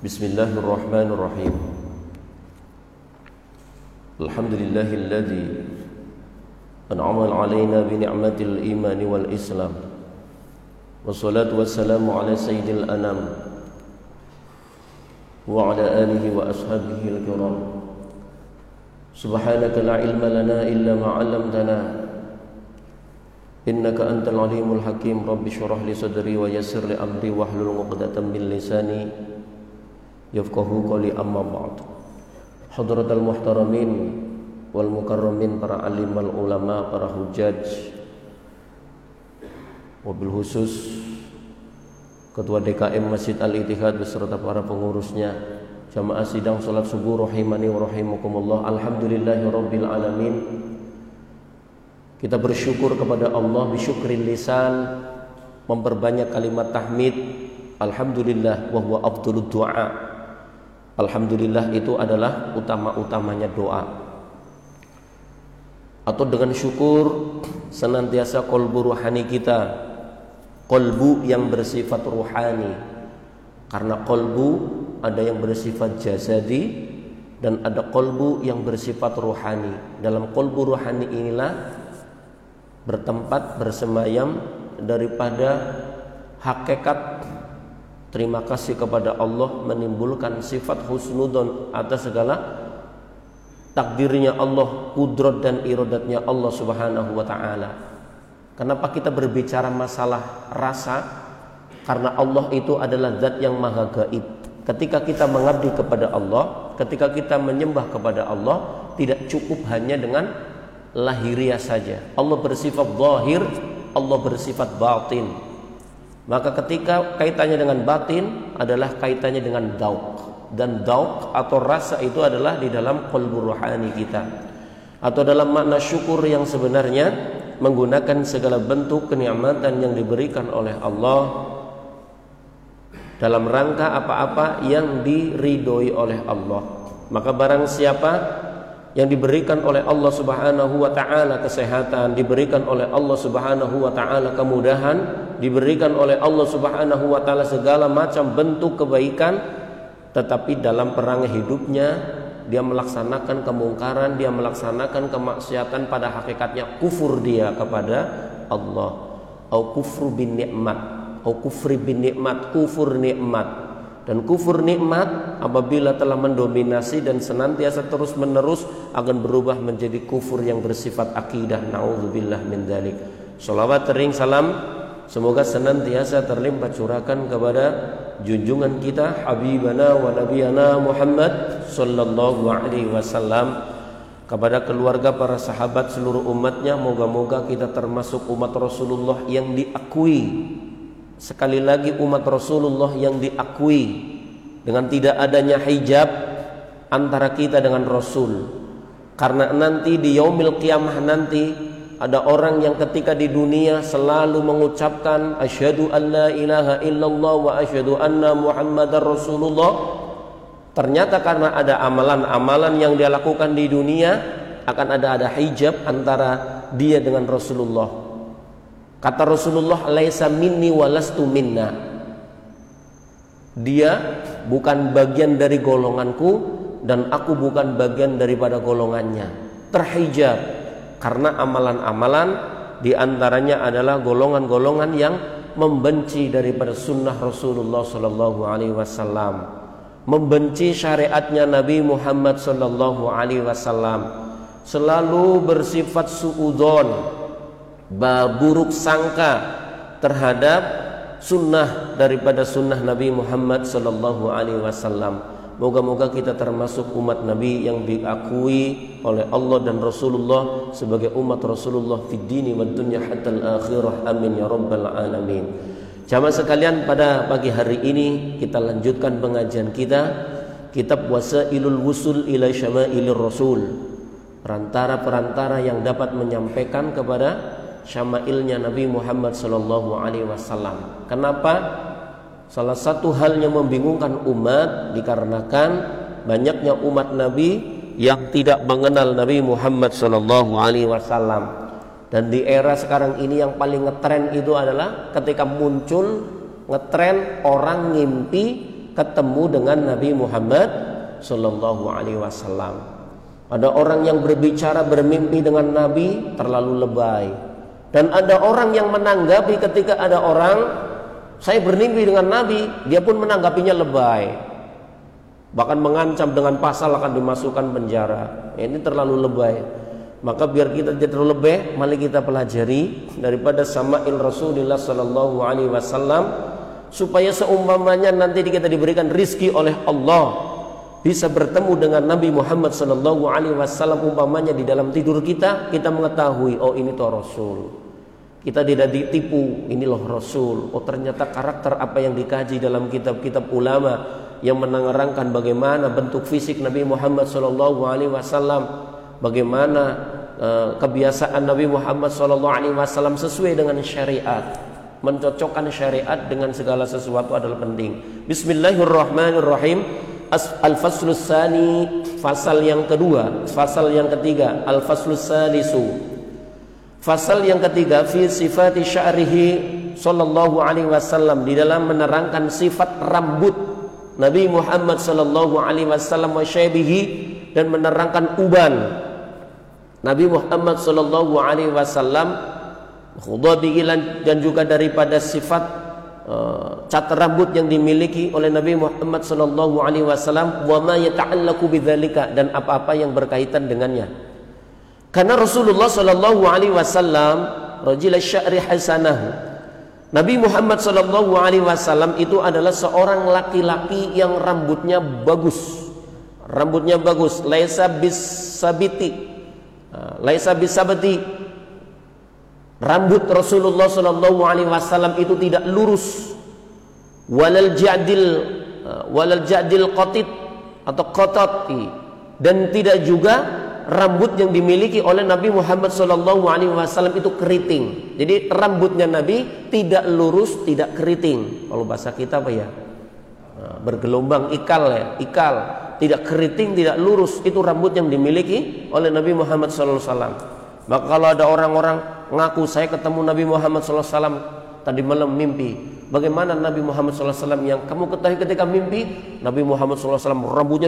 Bismillahirrahmanirrahim. Alhamdulillahilladzi an'ama 'alaina bi ni'matil iman wal islam. Wassalatu wassalamu ala sayyidil anam wa ala alihi wa ashabihi al-kiram. Subhanaka la ilma lana illa ma 'allamtana innaka antal alimul hakim. Rabbi shrah li sadri wa yassir li amri wahlul 'uqdatam min lisani yafqahu qawli. Amma ba'd. Hadratal muhtaramin wal mukarramin, para alim wal ulama, para hujaj, wabil khusus Ketua DKM Masjid Al-Ittihad beserta para pengurusnya, jamaah sidang salat subuh rahimani wa rahimakumullah. Alhamdulillahi rabbil alamin. Kita bersyukur kepada Allah bisyukril lisan, memperbanyak kalimat tahmid. Alhamdulillah wa huwa afdhalud du'a. Alhamdulillah itu adalah utama-utamanya doa. Atau dengan syukur senantiasa kolbu ruhani kita, kolbu yang bersifat ruhani. Karena kolbu ada yang bersifat jasadi dan ada kolbu yang bersifat ruhani. Dalam kolbu ruhani inilah bertempat bersemayam daripada hakikat terima kasih kepada Allah, menimbulkan sifat husnudon atas segala takdirnya Allah, kudrat dan iradatnya Allah subhanahu wa ta'ala. Kenapa kita berbicara masalah rasa? Karena Allah itu adalah zat yang maha gaib. Ketika kita mengabdi kepada Allah, ketika kita menyembah kepada Allah, tidak cukup hanya dengan lahiriah saja. Allah bersifat zahir, Allah bersifat batin. Maka ketika kaitannya dengan batin adalah kaitannya dengan dauq. Dan dauq atau rasa itu adalah di dalam qalbu rohani kita. Atau dalam makna syukur yang sebenarnya menggunakan segala bentuk kenikmatan yang diberikan oleh Allah dalam rangka apa-apa yang diridhoi oleh Allah. Maka barang siapa yang diberikan oleh Allah subhanahu wa ta'ala kesehatan, diberikan oleh Allah subhanahu wa ta'ala kemudahan, diberikan oleh Allah subhanahu wa ta'ala segala macam bentuk kebaikan, tetapi dalam perangai hidupnya dia melaksanakan kemungkaran, dia melaksanakan kemaksiatan, pada hakikatnya kufur dia kepada Allah. Au kufru bin ni'mat, au kufri bin ni'mat, kufur nikmat. Dan kufur nikmat apabila telah mendominasi dan senantiasa terus menerus akan berubah menjadi kufur yang bersifat akidah. Na'udzubillah min dzalik. Shalawat tering salam semoga senantiasa terlimpah curahkan kepada junjungan kita habibana wa nabiyana Muhammad sallallahu alaihi wasallam, kepada keluarga, para sahabat, seluruh umatnya. Moga-moga kita termasuk umat Rasulullah yang diakui. Sekali lagi, umat Rasulullah yang diakui dengan tidak adanya hijab antara kita dengan Rasul. Karena nanti di yaumil qiyamah nanti ada orang yang ketika di dunia selalu mengucapkan asyhadu an la ilaha illallah wa asyhadu anna muhammadar rasulullah. Ternyata karena ada amalan-amalan yang dia lakukan di dunia, akan ada hijab antara dia dengan Rasulullah. Kata Rasulullah, laisa minni walastu minna. Dia bukan bagian dari golonganku dan aku bukan bagian daripada golongannya. Terhijab karena amalan-amalan diantaranya adalah golongan-golongan yang membenci daripada sunnah Rasulullah sallallahu alaihi wasallam, membenci syariatnya Nabi Muhammad sallallahu alaihi wasallam, selalu bersifat suudzon, buruk sangka terhadap sunnah daripada sunnah Nabi Muhammad sallallahu alaihi wasallam. Moga-moga kita termasuk umat Nabi yang diakui oleh Allah dan Rasulullah sebagai umat Rasulullah fid dini wad dunya hatta al-akhirah. Amin ya rabbal alamin. Jamaah sekalian, pada pagi hari ini kita lanjutkan pengajian kita, kitab Wasailul Wusul ila Syamailir Rasul, perantara-perantara yang dapat menyampaikan kepada syama'ilnya Nabi Muhammad sallallahu alaihi wasallam. Kenapa? Salah satu hal yang membingungkan umat dikarenakan banyaknya umat Nabi yang tidak mengenal Nabi Muhammad sallallahu alaihi wasallam. Dan di era sekarang ini yang paling ngetren itu adalah ketika muncul ngetren orang ngimpi ketemu dengan Nabi Muhammad Sallallahu Alaihi Wasallam. Ada orang yang berbicara bermimpi dengan Nabi terlalu lebay, dan ada orang yang menanggapi ketika ada orang saya bermimpi dengan Nabi, dia pun menanggapinya lebay, bahkan mengancam dengan pasal akan dimasukkan penjara. Ini terlalu lebay. Maka biar kita tidak terlalu lebay, mari kita pelajari daripada sama'il Rasulullah Sallallahu Alaihi Wasallam, supaya seumpamanya nanti kita diberikan rizki oleh Allah bisa bertemu dengan Nabi Muhammad Sallallahu Alaihi Wasallam, umpamanya di dalam tidur kita mengetahui, oh ini toh Rasul. Kita tidak ditipu, ini loh Rasul. Oh ternyata karakter apa yang dikaji dalam kitab-kitab ulama yang menerangkan bagaimana bentuk fisik Nabi Muhammad Sallallahu Alaihi Wasallam, bagaimana kebiasaan Nabi Muhammad SAW sesuai dengan syariat. Mencocokkan syariat dengan segala sesuatu adalah penting. Bismillahirrahmanirrahim. Al-faslus tsani, fasal yang kedua, fasal yang ketiga. Al-faslus tsalisu, fasal yang ketiga, fi sifati sya'rihi sallallahu alaihi wasallam, di dalam menerangkan sifat rambut Nabi Muhammad sallallahu alaihi wasallam wa syaibihi, dan menerangkan uban Nabi Muhammad sallallahu alaihi wasallam, dan juga daripada sifat cat rambut yang dimiliki oleh Nabi Muhammad sallallahu alaihi wasallam, wa ma yata'allaqu bidzalika, dan apa-apa yang berkaitan dengannya. Karena Rasulullah sallallahu alaihi wasallam rajul sya'ri hasanahu, Nabi Muhammad sallallahu alaihi wasallam itu adalah seorang laki-laki yang rambutnya bagus. Rambutnya bagus, laisa bisabiti. Laisa bisabati. Rambut Rasulullah sallallahu alaihi wasallam itu tidak lurus. Walal ja'dil qatit atau qatati, dan tidak juga rambut yang dimiliki oleh Nabi Muhammad sallallahu alaihi wasallam itu keriting. Jadi rambutnya Nabi tidak lurus, tidak keriting. Kalau bahasa kita apa ya? Bergelombang, ikal ya, ikal. Tidak keriting, tidak lurus. Itu rambut yang dimiliki oleh Nabi Muhammad sallallahu alaihi wasallam. Maka kalau ada orang-orang ngaku saya ketemu Nabi Muhammad sallallahu alaihi wasallam tadi malam mimpi, bagaimana Nabi Muhammad sallallahu alaihi wasallam yang kamu ketahui ketika mimpi? Nabi Muhammad sallallahu alaihi wasallam rambutnya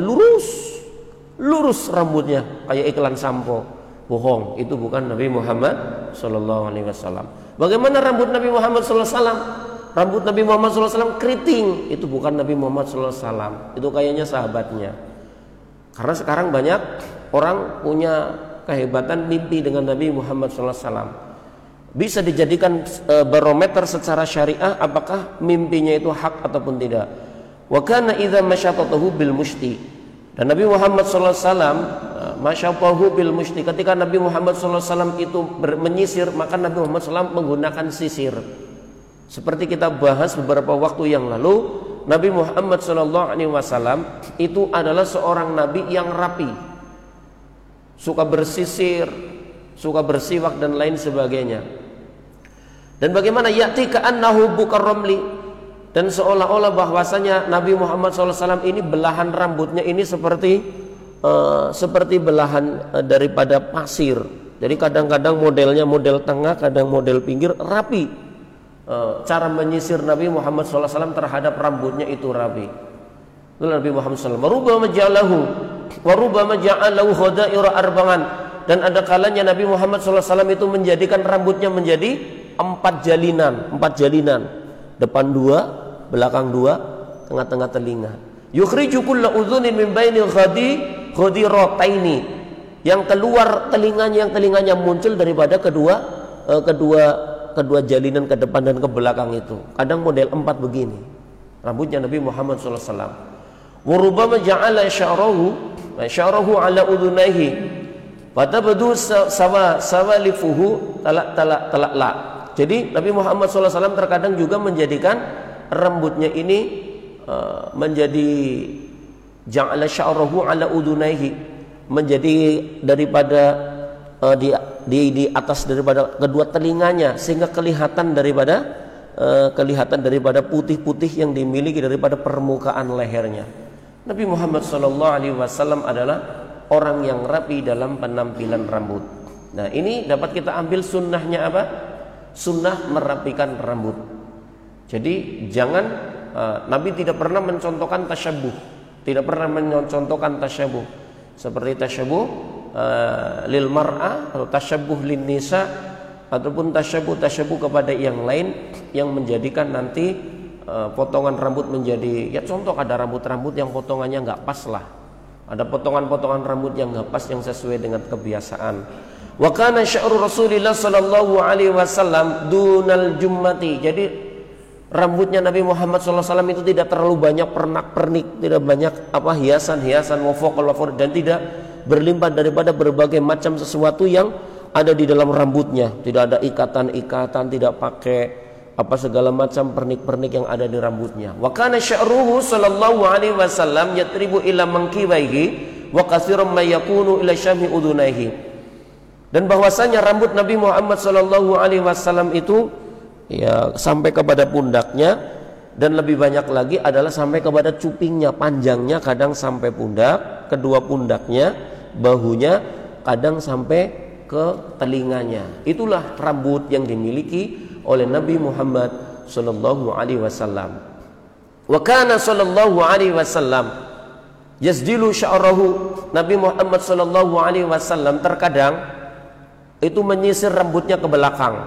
lurus rambutnya kayak iklan sampo. Bohong, itu bukan Nabi Muhammad sallallahu alaihi wasallam. Bagaimana rambut Nabi Muhammad sallallahu alaihi wasallam? Rambut Nabi Muhammad sallallahu alaihi wasallam keriting, itu bukan Nabi Muhammad sallallahu alaihi wasallam. Itu kayaknya sahabatnya. Karena sekarang banyak orang punya kehebatan mimpi dengan Nabi Muhammad sallallahu alaihi wasallam. Bisa dijadikan barometer secara syariah apakah mimpinya itu hak ataupun tidak. Wa kana idza masyatatahu bil mushti, dan Nabi Muhammad sallallahu alaihi wasallam masyatahu bil mushti, ketika Nabi Muhammad sallallahu alaihi wasallam itu menyisir, maka Nabi Muhammad sallallahu alaihi wasallam menggunakan sisir. Seperti kita bahas beberapa waktu yang lalu, Nabi Muhammad sallallahu alaihi wasallam itu adalah seorang nabi yang rapi, suka bersisir, suka bersiwak dan lain sebagainya. Dan bagaimana ya'ti ka'annahu bukar ramli, dan seolah-olah bahwasanya Nabi Muhammad SAW ini belahan rambutnya ini seperti belahan daripada pasir. Jadi kadang-kadang modelnya model tengah, kadang model pinggir, rapi. Cara menyisir Nabi Muhammad SAW terhadap rambutnya itu rapi. Nabi Muhammad SAW warubama ja'alahu khadaira arba'an, dan ada kalanya Nabi Muhammad SAW itu menjadikan rambutnya menjadi 4 jalinan, depan 2, belakang 2, tengah-tengah telinga. Yukhriju kulla udhunin min bainil khadirataini, yang keluar telinganya muncul daripada kedua jalinan ke depan dan ke belakang itu. Kadang model 4 begini rambutnya Nabi Muhammad SAW. Warubama ja'ala sya'rahu ala udhunaihi fatabdu sawalifuhu talak. Jadi Nabi Muhammad SAW terkadang juga menjadikan rambutnya ini menjadi ja'ala sya'rahu ala udhunaihi, menjadi daripada di atas daripada kedua telinganya, sehingga kelihatan daripada putih-putih yang dimiliki daripada permukaan lehernya. Nabi Muhammad SAW adalah orang yang rapi dalam penampilan rambut. Nah, ini dapat kita ambil sunnahnya apa? Sunnah merapikan rambut. Jadi jangan Nabi tidak pernah mencontohkan tasyabuh, seperti tasyabuh lil mar'ah atau tasyabuh lin nisa, ataupun tasyabuh kepada yang lain yang menjadikan nanti potongan rambut menjadi, ya contoh ada rambut yang potongannya nggak pas lah, ada potongan rambut yang nggak pas yang sesuai dengan kebiasaan. Wa kana sya'ru Rasulillah sallallahu alaihi wasallam dunal jummati. Jadi rambutnya Nabi Muhammad sallallahu alaihi wasallam itu tidak terlalu banyak pernak-pernik, tidak banyak hiasan-hiasan wafaqal dan tidak berlimpah daripada berbagai macam sesuatu yang ada di dalam rambutnya. Tidak ada ikatan-ikatan, tidak pakai segala macam pernik-pernik yang ada di rambutnya. Wa kana sya'ruhu sallallahu alaihi wasallam yatribu ila mankibaihi wa katsiran ma yakunu ila syami udunaihi. Dan bahwasanya rambut Nabi Muhammad sallallahu alaihi wasallam itu ya sampai kepada pundaknya, dan lebih banyak lagi adalah sampai kepada cupingnya, panjangnya kadang sampai pundak, kedua pundaknya, bahunya, kadang sampai ke telinganya. Itulah rambut yang dimiliki oleh Nabi Muhammad sallallahu alaihi wasallam. Wa kana sallallahu alaihi wasallam yazdilu sya'rahu. Nabi Muhammad sallallahu alaihi wasallam terkadang itu menyisir rambutnya ke belakang,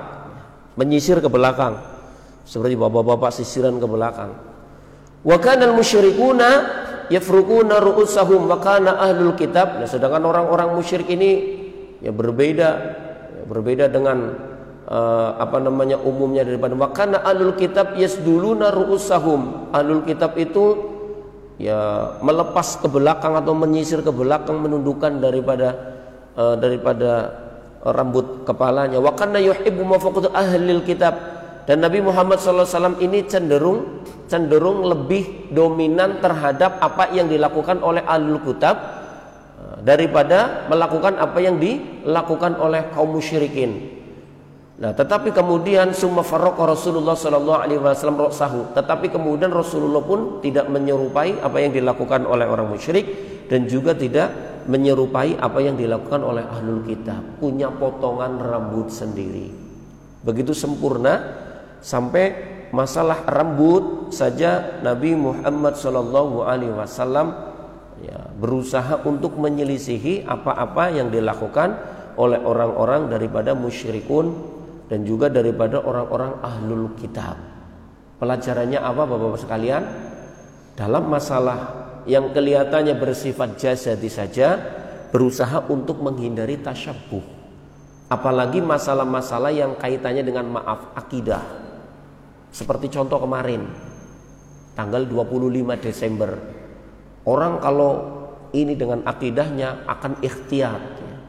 seperti bapak-bapak sisiran ke belakang. Wa kana al-musyrikuna yafruquna ru'usahum wa kana ahlul kitab. Nah, sedangkan orang-orang musyrik ini ya berbeda dengan umumnya daripada wa kana ahlul kitab yasduluna ru'usahum. Ahlul kitab itu ya melepas ke belakang atau menyisir ke belakang, menundukkan daripada rambut kepalanya. Wa kana yuhibbu mafaqud ahlil kitab. Dan Nabi Muhammad SAW ini cenderung lebih dominan terhadap apa yang dilakukan oleh ahlul kitab daripada melakukan apa yang dilakukan oleh kaum musyrikin. Nah, tetapi kemudian summa farraqa Rasulullah sallallahu alaihi wasallam ra'sahu. Tetapi kemudian Rasulullah pun tidak menyerupai apa yang dilakukan oleh orang musyrik, dan juga tidak menyerupai apa yang dilakukan oleh ahlul kitab. Punya potongan rambut sendiri, begitu sempurna, sampai masalah rambut saja Nabi Muhammad sallallahu alaihi wasallam ya berusaha untuk menyelisihi apa-apa yang dilakukan oleh orang-orang daripada musyrikun dan juga daripada orang-orang ahlul kitab. Pelajarannya apa Bapak-bapak sekalian? Dalam masalah yang kelihatannya bersifat jasadi saja, berusaha untuk menghindari tasyabuh. Apalagi masalah-masalah yang kaitannya dengan akidah. Seperti contoh kemarin, tanggal 25 Desember. Orang kalau ini dengan akidahnya akan ikhtiyat.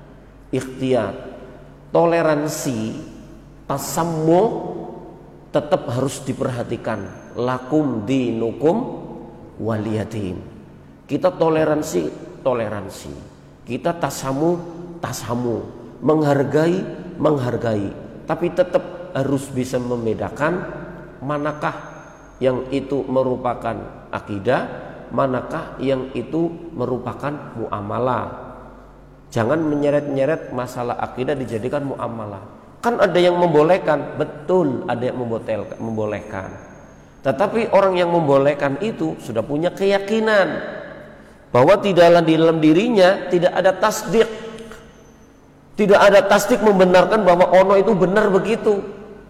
Toleransi, tasammuh tetap harus diperhatikan. Lakum dinukum waliyadin. Kita toleransi, kita tasamu, menghargai, tapi tetap harus bisa membedakan manakah yang itu merupakan akidah, manakah yang itu merupakan muamalah. Jangan menyeret-nyeret masalah akidah dijadikan muamalah. Kan ada yang membolehkan, betul, ada yang membolehkan. Tetapi orang yang membolehkan itu sudah punya keyakinan bahwa di dalam dirinya tidak ada tasdik. Tidak ada tasdik membenarkan bahwa ono itu benar begitu.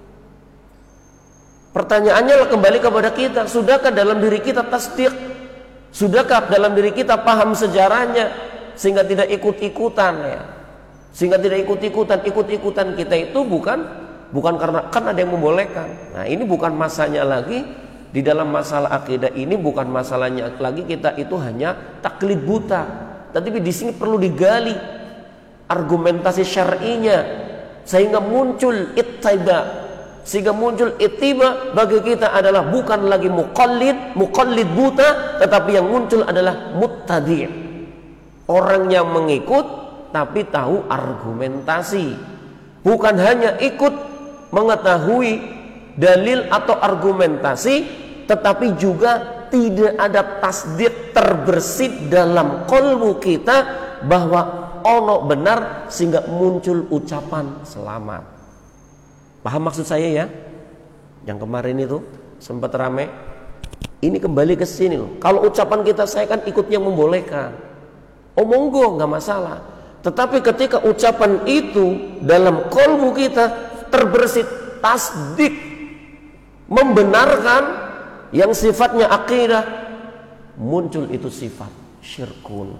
Pertanyaannya kembali kepada kita, sudahkah dalam diri kita tasdik? Sudahkah dalam diri kita paham sejarahnya sehingga tidak ikut-ikutan ya? Sehingga tidak ikut-ikutan kita itu bukan karena kan ada yang membolehkan. Nah, ini bukan masanya lagi di dalam masalah akidah ini, bukan masalahnya lagi kita itu hanya taklid buta. Tapi di sini perlu digali argumentasi syar'inya sehingga muncul ittiba. Sehingga muncul ittiba bagi kita adalah bukan lagi muqallid buta, tetapi yang muncul adalah muttadi'. Orang yang mengikut tapi tahu argumentasi, bukan hanya ikut mengetahui dalil atau argumentasi, tetapi juga tidak ada tasdik terbersit dalam qalbu kita bahwa ono benar sehingga muncul ucapan selamat. Paham maksud saya ya? Yang kemarin itu sempat rame Ini kembali ke sini loh. Kalau ucapan kita saya kan ikutnya membolehkan. Oh monggo, nggak masalah. Tetapi ketika ucapan itu dalam qalbu kita terbersit tasdik, membenarkan yang sifatnya akidah, muncul itu sifat syirkun.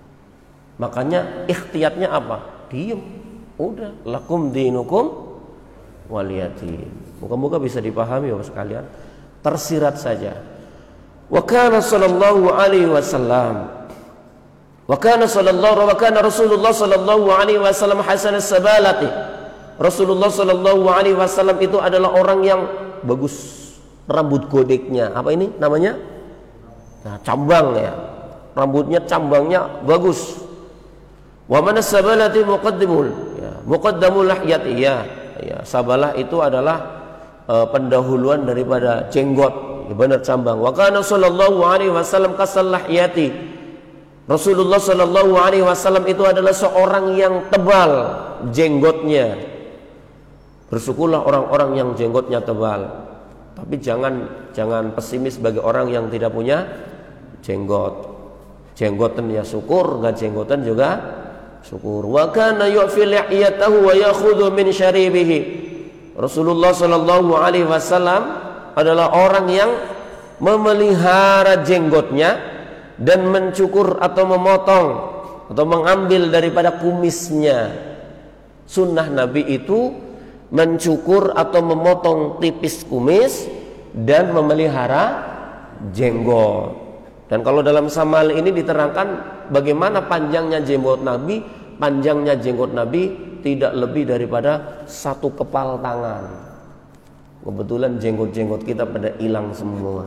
Makanya ikhtiyatnya apa? Diem. Udah, lakum dinukum waliyadin. Moga-moga bisa dipahami Bapak sekalian. Tersirat saja. Wa kana sallallahu alaihi wasallam wa kana Rasulullah sallallahu alaihi wasallam hasan as-sabalati. Rasulullah sallallahu alaihi wasallam itu adalah orang yang bagus rambut godeknya. Apa ini namanya? Nah, cambang ya. Rambutnya cambangnya bagus. Wa man as-sabalati muqaddimul ya, muqaddamul lahyati ya. Ya, sabalah itu adalah pendahuluan daripada jenggot. Ya, benar cambang. Wa kana sallallahu alaihi wasallam kasal lahyati. Rasulullah sallallahu alaihi wasallam itu adalah seorang yang tebal jenggotnya. Bersyukurlah orang-orang yang jenggotnya tebal. Tapi jangan pesimis bagi orang yang tidak punya jenggot. Jenggotan ya syukur, enggak jenggotan juga syukur. Wa kana yu'fi lihyatahu wa yakhudhu min syaribihi. Rasulullah sallallahu alaihi wasallam adalah orang yang memelihara jenggotnya dan mencukur atau memotong atau mengambil daripada kumisnya. Sunnah Nabi itu mencukur atau memotong tipis kumis dan memelihara jenggot. Dan kalau dalam samal ini diterangkan bagaimana panjangnya jenggot Nabi. Panjangnya jenggot Nabi tidak lebih daripada satu kepal tangan. Kebetulan jenggot-jenggot kita pada hilang semua.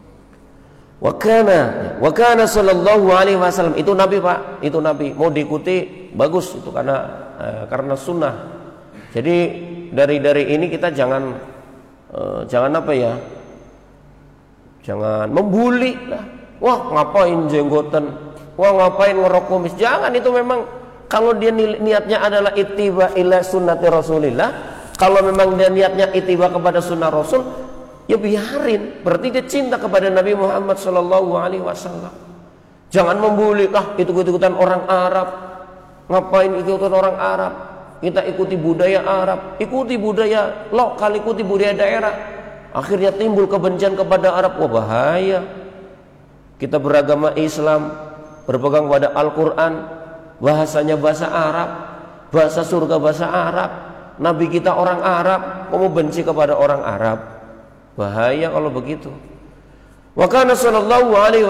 Wa kana sallallahu alaihi wasallam itu Nabi Pak, itu Nabi. Mau diikuti bagus itu karena sunnah. Jadi dari ini kita jangan apa ya? Jangan membuli lah. Wah, ngapain jenggotan? Wah, ngapain ngerok kumis? Jangan, itu memang kalau dia niatnya adalah ittiba ila sunnati Rasulillah, kalau memang dia niatnya ittiba kepada sunnah Rasul, ya biarin, berarti dia cinta kepada Nabi Muhammad sallallahu alaihi wasallam. Jangan membuli, ikut-ikutan orang Arab. Ngapain ikutan orang Arab? Kita ikuti budaya Arab, ikuti budaya lokal, ikuti budaya daerah. Akhirnya timbul kebencian kepada Arab. Wah, bahaya. Kita beragama Islam, berpegang pada Al-Quran, bahasanya bahasa Arab, bahasa surga bahasa Arab. Nabi kita orang Arab, kamu benci kepada orang Arab. Bahaya kalau begitu. Wa kana sallallahu alaihi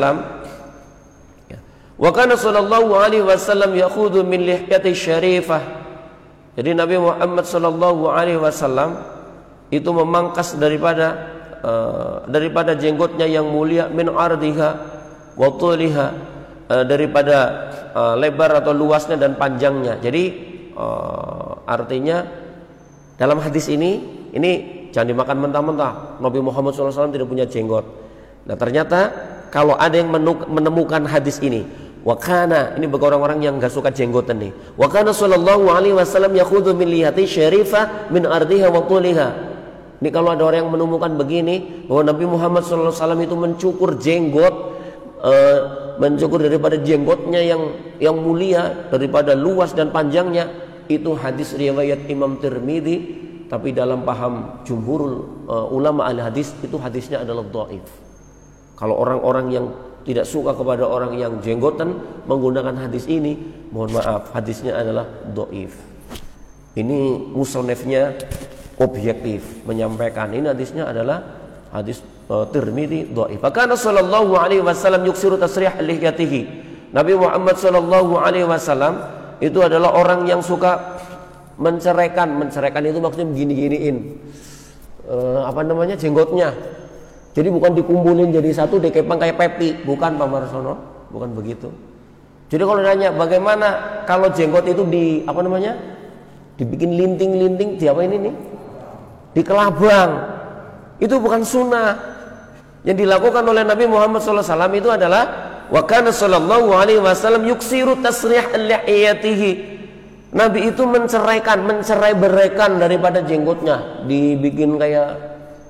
wasallam yakhudhu min lihyati syarifah. Jadi Nabi Muhammad sallallahu alaihi wasallam itu memangkas daripada jenggotnya yang mulia, min ardiha wa tuliha, daripada lebar atau luasnya dan panjangnya. Jadi artinya dalam hadis ini jangan dimakan mentah-mentah. Nabi Muhammad SAW tidak punya jenggot. Nah ternyata kalau ada yang menemukan hadis ini, wakana, ini bagi orang-orang yang gak suka jenggotan nih. Wakana sallallahu alaihi wasallam yakhudhu min lihati syarifah min ardiha wa tuliha. Ini kalau ada orang yang menemukan begini, bahwa Nabi Muhammad SAW itu mencukur jenggot, mencukur daripada jenggotnya yang mulia, daripada luas dan panjangnya, itu hadis riwayat Imam Tirmidzi. Tapi dalam paham jumhurul ulama ahli hadis, itu hadisnya adalah dhaif. Kalau orang-orang yang tidak suka kepada orang yang jenggotan menggunakan hadis ini, mohon maaf, hadisnya adalah dhaif. Ini musannifnya objektif menyampaikan, ini hadisnya adalah hadis Tirmidzi dhaif. Karena sallallahu alaihi wasallam yuksiru tasrih lihyatihi. Nabi Muhammad sallallahu alaihi wasallam itu adalah orang yang suka menceraikan itu maksudnya begini-giniin jenggotnya. Jadi bukan dikumpulin jadi satu dikepang kayak Pepi, bukan Pak Marsono, bukan begitu. Jadi kalau nanya bagaimana kalau jenggot itu dibikin linting-linting, di apa ini nih? Di kelabang. Itu bukan sunnah. Yang dilakukan oleh Nabi Muhammad SAW itu adalah wa kana sallallahu alaihi wasallam yuksiru tasrih lihiyatihi. Nabi itu mencerai beraikan daripada jenggotnya, dibikin kayak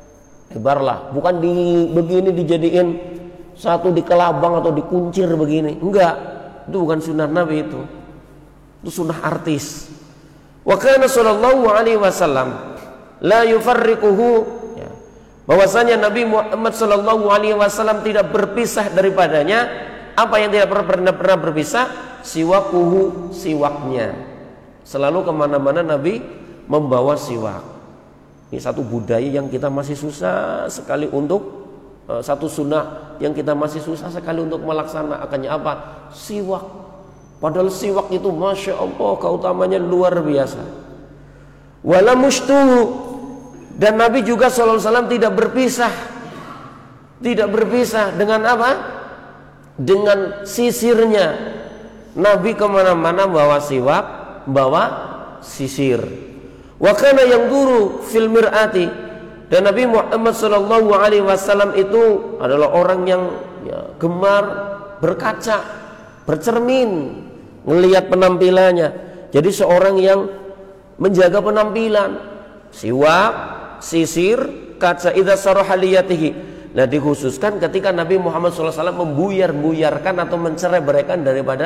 lebarlah, bukan begini dijadiin satu di kelabang atau dikuncir begini. Enggak, itu bukan sunnah Nabi itu sunnah artis. Wa kana sallallahu alaihi wasallam la yufarriquhu, ya, bahwasanya Nabi Muhammad sallallahu alaihi wasallam tidak berpisah daripadanya. Apa yang tidak pernah berpisah? Siwakuhu, siwaknya. Selalu kemana-mana Nabi membawa siwak. Ini satu budaya yang kita masih susah sekali untuk satu sunnah yang kita masih susah sekali untuk melaksanakannya. Apa? Siwak. Padahal siwak itu Masya Allah keutamanya luar biasa. Wala mushtuhu, dan Nabi juga sallallahu alaihi wasallam tidak berpisah. Tidak berpisah dengan apa? Dengan sisirnya. Nabi kemana-mana bawa siwak, bawa sisir. Wa kana yanzuru fil mir'ati, dan Nabi Muhammad sallallahu alaihi wasallam itu adalah orang yang gemar berkaca, bercermin, melihat penampilannya. Jadi seorang yang menjaga penampilan, siwak, sisir, kaca, idza saraha liyatihi. Nah, dikhususkan ketika Nabi Muhammad SAW membuyar-buyarkan atau mencerai-beraikan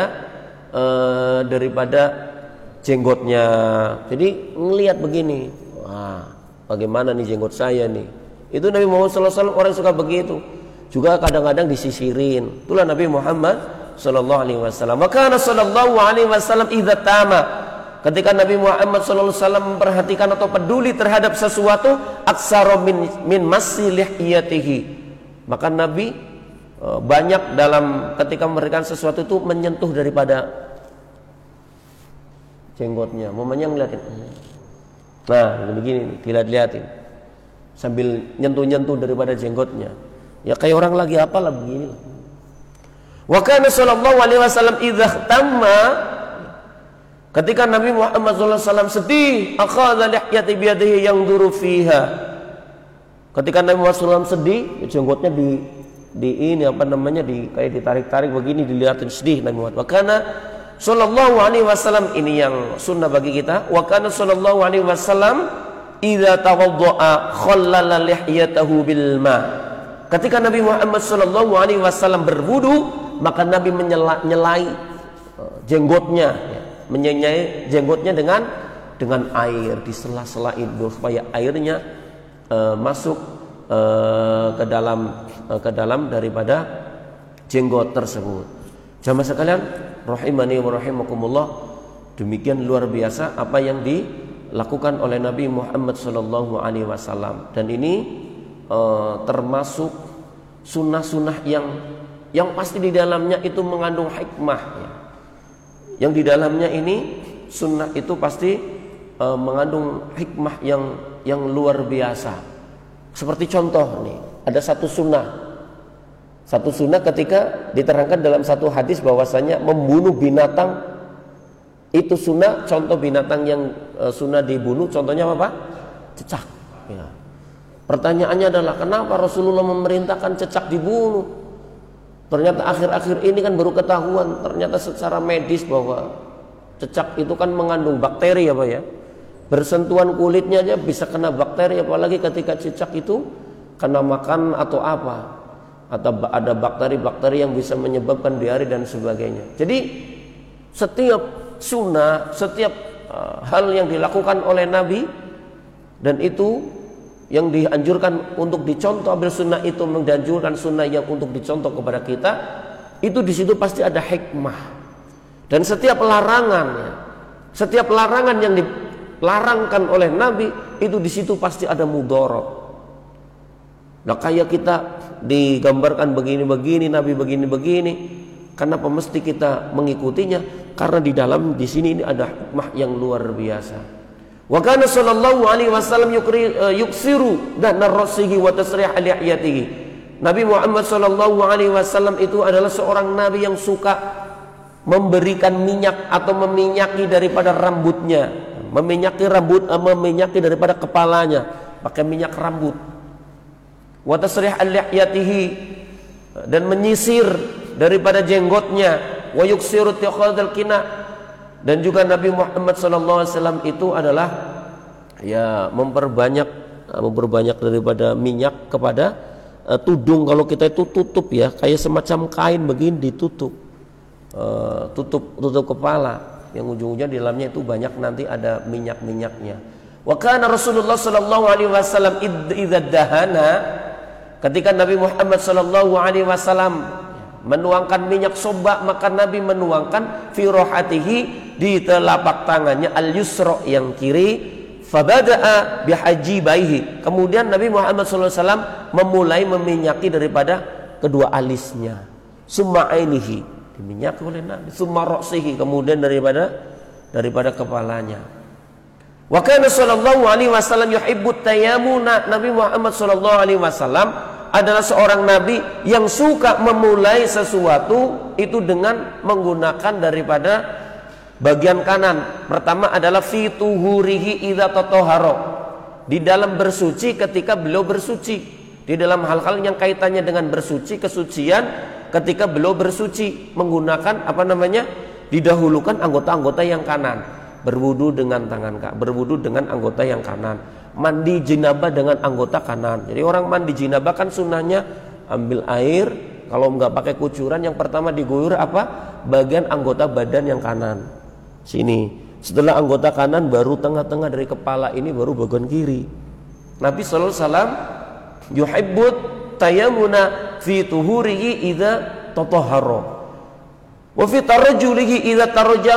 daripada jenggotnya. Jadi ngelihat begini, wah, bagaimana nih jenggot saya nih. Itu Nabi Muhammad SAW orang suka begitu. Juga kadang-kadang disisirin. Itulah Nabi Muhammad sallallahu alaihi wasallam. Maka sallallahu alaihi wasallam idza tama, ketika Nabi Muhammad sallallahu alaihi wasallam memperhatikan atau peduli terhadap sesuatu, aksara min masilihiyatihi, maka Nabi banyak dalam ketika memberikan sesuatu itu menyentuh daripada jenggotnya. Momennya ngeliatin, nah begini dilihat-lihatin sambil nyentuh-nyentuh daripada jenggotnya. Ya kayak orang lagi apalah begini. Wa kana sallallahu alaihi wasallam idza tamma, ketika Nabi Muhammad sallallahu alaihi wasallam sedih, akhadha lihyati biyadihi yanzuru fiha. Ketika Nabi Muhammad sallallahu alaihi wasallam sedih, jenggotnya di ini apa namanya, kayak ditarik-tarik begini, dilihatin sedih Nabi Muhammad. Wa kana sallallahu alaihi wasallam, ini yang sunnah bagi kita. Wa kana sallallahu alaihi wasallam idza tawaddaa khallala lihyatahu bil ma. Ketika Nabi Muhammad sallallahu alaihi wasallam berwudu, maka Nabi menyelai jenggotnya, menyenyai jenggotnya dengan air, disela-selain supaya airnya masuk ke dalam daripada jenggot tersebut. Jamaah sekalian, rahimani wa rahimakumullah, demikian luar biasa apa yang dilakukan oleh Nabi Muhammad sallallahu alaihi wasallam, dan ini termasuk sunnah-sunnah yang pasti di dalamnya itu mengandung hikmah, ya. Yang di dalamnya ini sunnah itu pasti mengandung hikmah yang luar biasa. Seperti contoh nih, ada satu sunnah ketika diterangkan dalam satu hadis bahwasanya membunuh binatang itu sunnah. Contoh binatang yang sunnah dibunuh, contohnya apa? Cecak, ya. Pertanyaannya adalah kenapa Rasulullah memerintahkan cecak dibunuh? Ternyata akhir-akhir ini kan baru ketahuan ternyata secara medis bahwa cecak itu kan mengandung bakteri, ya Pak ya. Bersentuhan kulitnya aja bisa kena bakteri, apalagi ketika cecak itu kena makan atau apa, atau ada bakteri-bakteri yang bisa menyebabkan diare dan sebagainya. Jadi setiap sunnah, setiap hal yang dilakukan oleh Nabi, dan itu yang dianjurkan untuk dicontoh, ambil sunnah itu menganjurkan sunnah yang untuk dicontoh kepada kita, itu di situ pasti ada hikmah. Dan setiap larangan yang dilarangkan oleh Nabi itu di situ pasti ada mudarat. Nah, kayak kita digambarkan begini-begini, Nabi begini-begini, kenapa mesti kita mengikutinya? Karena di sini ini ada hikmah yang luar biasa. Wa kana sallallahu alaihi wasallam yuksiru dana rasihi wa tasrih lihyatihi. Nabi Muhammad sallallahu alaihi wasallam itu adalah seorang nabi yang suka memberikan minyak atau meminyaki daripada rambutnya, meminyaki daripada kepalanya, pakai minyak rambut. Wa tasrih lihyatihi, dan menyisir daripada jenggotnya. Wa yuksiru tikhadul qina, dan juga Nabi Muhammad SAW itu adalah ya memperbanyak memperbanyak daripada minyak kepada tudung. Kalau kita itu tutup ya, kayak semacam kain begini ditutup, tutup kepala, yang ujung-ujungnya di dalamnya itu banyak nanti ada minyak-minyaknya. Wa kana Rasulullah sallallahu alaihi wasallam idza dahana, ketika Nabi Muhammad sallallahu alaihi wasallam menuangkan minyak sobak, maka Nabi menuangkan fi rohatihi, di telapak tangannya, al yusra yang kiri. Fabada'a bihajibaihi, kemudian Nabi Muhammad SAW memulai meminyaki daripada kedua alisnya. Summa ainihi, diminyaki oleh Nabi. Summa ra'sihi, kemudian daripada kepalanya. Wa kana sallallahu alaihi wasallam yuhibbut tayammuna, Nabi Muhammad sallallahu alaihi wasallam adalah seorang nabi yang suka memulai sesuatu itu dengan menggunakan daripada bagian kanan. Pertama adalah fi tuhurihi idza tatahhara, di dalam bersuci ketika beliau bersuci, di dalam hal-hal yang kaitannya dengan bersuci, kesucian ketika beliau bersuci, menggunakan didahulukan anggota-anggota yang kanan. Berwudu dengan berwudu dengan anggota yang kanan, mandi jinabah dengan anggota kanan. Jadi orang mandi jinabah kan sunnahnya ambil air, kalau nggak pakai kucuran, yang pertama diguyur bagian anggota badan yang kanan sini, setelah anggota kanan baru tengah-tengah dari kepala ini, baru bagian kiri. Nabi sallallahu alaihi wasallam yuhibbut tayammuna fi tuhurihi idza tatahhara wa fi tarajjulihi idza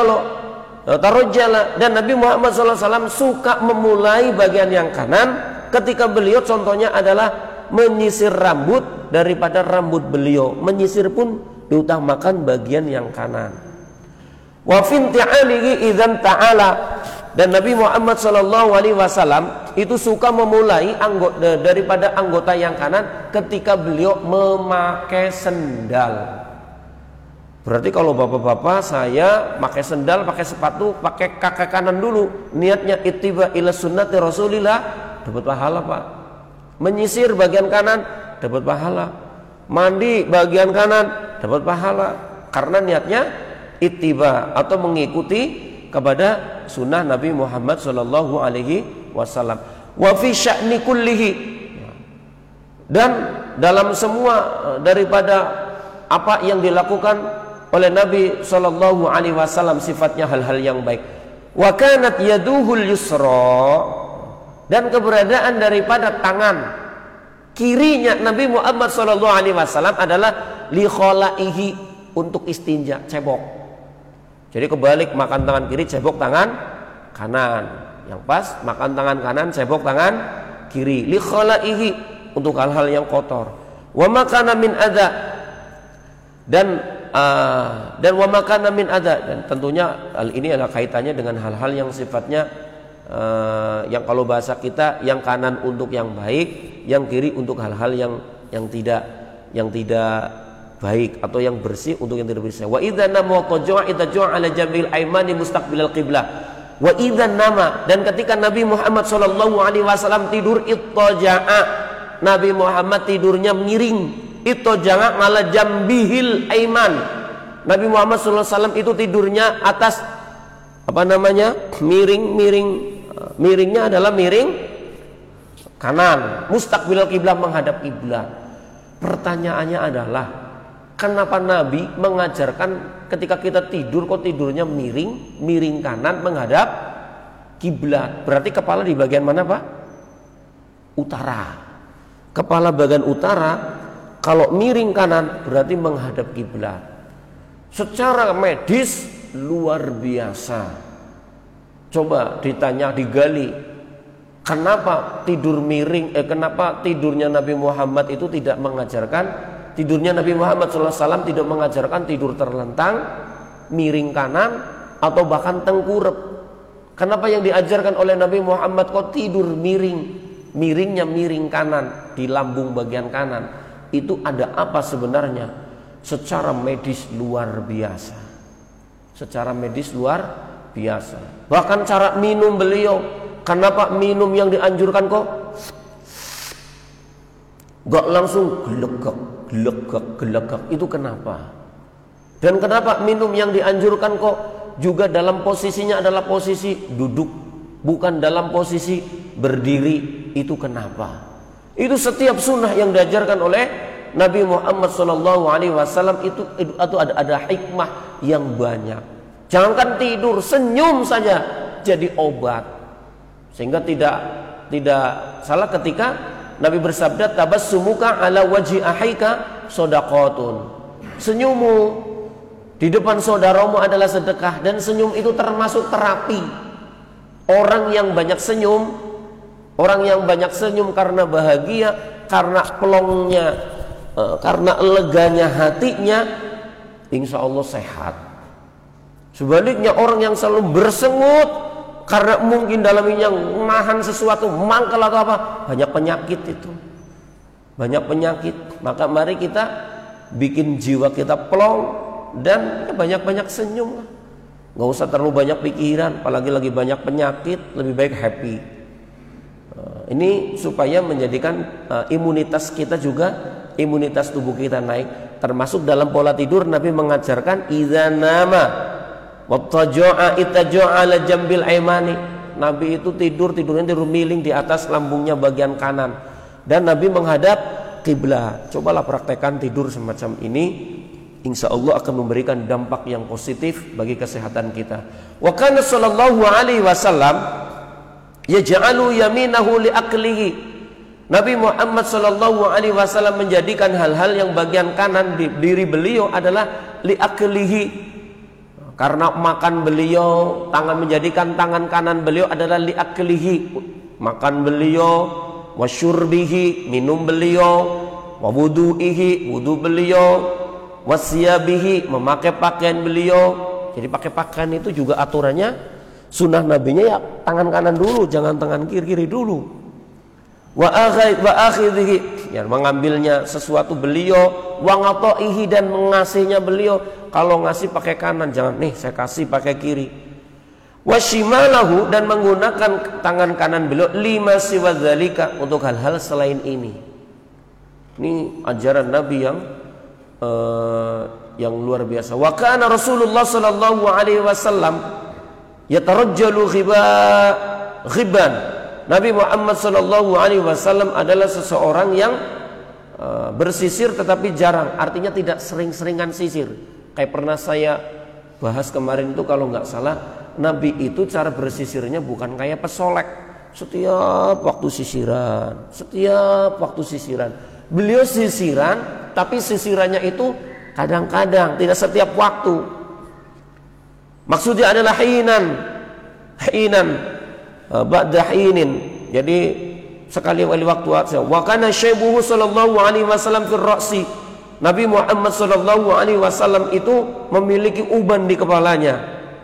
tarajjala, dan Nabi Muhammad sallallahu alaihi wasallam suka memulai bagian yang kanan ketika beliau contohnya adalah menyisir rambut daripada rambut beliau. Menyisir pun diutamakan bagian yang kanan. Wa finti'alihi idzan ta'ala, dan Nabi Muhammad sallallahu alaihi wasallam itu suka memulai daripada anggota yang kanan ketika beliau memakai sendal. Berarti kalau bapak-bapak saya pakai sendal, pakai sepatu, pakai kaki kanan dulu, niatnya ittiba ila sunnati Rasulillah, dapat pahala Pak. Menyisir bagian kanan dapat pahala, mandi bagian kanan dapat pahala, karena niatnya ittiba atau mengikuti kepada sunnah Nabi Muhammad sallallahu alaihi wasallam. Wa fi sya'ni kullihi, dan dalam semua daripada apa yang dilakukan oleh Nabi sallallahu alaihi wasallam sifatnya hal-hal yang baik. Wa kanat yaduhul yusra, dan keberadaan daripada tangan kirinya Nabi Muhammad sallallahu alaihi wasallam adalah li khalaihi, untuk istinja, cebok. Jadi kebalik, makan tangan kiri, cebok tangan kanan. Yang pas makan tangan kanan, cebok tangan kiri. Li khalaihi, untuk hal-hal yang kotor. Wa makana min adza, dan wa makana min adza, dan tentunya hal ini adalah kaitannya dengan hal-hal yang sifatnya yang kalau bahasa kita, yang kanan untuk yang baik, yang kiri untuk hal-hal yang tidak baik atau yang bersih untuk yang tidak bersih. Wa idza nama taja'a ala jambil aimani mustaqbilal qiblah. Wa idza nama, dan ketika Nabi Muhammad sallallahu alaihi wasallam tidur, ittaja'a, Nabi Muhammad tidurnya miring. Ittaja'a ala jambihil aiman, Nabi Muhammad sallallahu alaihi wasallam itu tidurnya atas miringnya adalah miring kanan, mustaqbilal qiblah, menghadap kiblat. Pertanyaannya adalah, kenapa Nabi mengajarkan ketika kita tidur kok tidurnya miring kanan menghadap kiblat? Berarti kepala di bagian mana Pak? Utara. Kepala bagian utara, kalau miring kanan berarti menghadap kiblat. Secara medis luar biasa. Coba ditanya, digali, kenapa tidur miring? Kenapa tidurnya Nabi Muhammad itu tidak mengajarkan? Tidurnya Nabi Muhammad SAW tidak mengajarkan tidur terlentang, miring kanan, atau bahkan tengkurap. Kenapa yang diajarkan oleh Nabi Muhammad kok tidur miringnya miring kanan, di lambung bagian kanan? Itu ada apa sebenarnya? Secara medis luar biasa. Secara medis luar biasa. Bahkan cara minum beliau, kenapa minum yang dianjurkan kok gak langsung gelegak, itu kenapa? Dan kenapa minum yang dianjurkan kok juga dalam posisinya adalah posisi duduk, bukan dalam posisi berdiri? Itu kenapa? Itu setiap sunnah yang diajarkan oleh Nabi Muhammad SAW itu ada hikmah yang banyak. Jangankan tidur, senyum saja jadi obat. Sehingga tidak salah ketika Nabi bersabda, tabassumuka ala wajhi akhika shadaqatun. Senyummu di depan saudaramu adalah sedekah, dan senyum itu termasuk terapi. Orang yang banyak senyum karena bahagia, karena plongnya, karena leganya hatinya, insya Allah sehat. Sebaliknya orang yang selalu bersengut karena mungkin dalamnya menahan sesuatu, mangkel atau apa, banyak penyakit itu. Banyak penyakit. Maka mari kita bikin jiwa kita plong dan banyak-banyak senyum. Gak usah terlalu banyak pikiran, apalagi lagi banyak penyakit, lebih baik happy. Ini supaya menjadikan imunitas kita juga, imunitas tubuh kita naik. Termasuk dalam pola tidur Nabi mengajarkan idza nama wattaja'a itaja'a ala jambil aimani. Nabi itu tidurnya tidur miring di atas lambungnya bagian kanan, dan Nabi menghadap kiblat. Cobalah praktekkan tidur semacam ini, insya Allah akan memberikan dampak yang positif bagi kesehatan kita. Wa kana sallallahu alaihi wasallam yaj'alu yaminahu li aklihi. Nabi Muhammad sallallahu alaihi wasallam menjadikan hal-hal yang bagian kanan di diri beliau adalah li aklihi. Karena makan beliau, menjadikan tangan kanan beliau adalah li aklihi. Makan beliau, wa syurbihi, minum beliau, wa wudu'ihi, wudu beliau, wa siyabihi, memakai pakaian beliau. Jadi pakai pakaian itu juga aturannya, sunnah nabinya ya tangan kanan dulu, jangan tangan kiri dulu. Wa akhidhihi, ya mengambilnya sesuatu beliau, wa ngatoihi, dan mengasihnya beliau. Kalau ngasih pakai kanan, jangan nih saya kasih pakai kiri. Wa shimalahu, dan menggunakan tangan kanan beliau lima siwa dzalika, untuk hal-hal selain ini. Ini ajaran Nabi yang luar biasa. Wa kana Rasulullah sallallahu alaihi wasallam yatarajjalu ghiban. Nabi Muhammad sallallahu alaihi wasallam adalah seseorang yang bersisir tetapi jarang, artinya tidak sering-seringan sisir. Kayak pernah saya bahas kemarin itu, kalau nggak salah, Nabi itu cara bersisirnya bukan kayak pesolek, setiap waktu sisiran. Beliau sisiran, tapi sisirannya itu kadang-kadang, tidak setiap waktu. Maksudnya adalah hinan ba'da hinin. Jadi sekali waktu. Wa kana syaibuhu sallallahu alaihi wasallam fil ra'si. Nabi Muhammad sallallahu alaihi wasallam itu memiliki uban di kepalanya.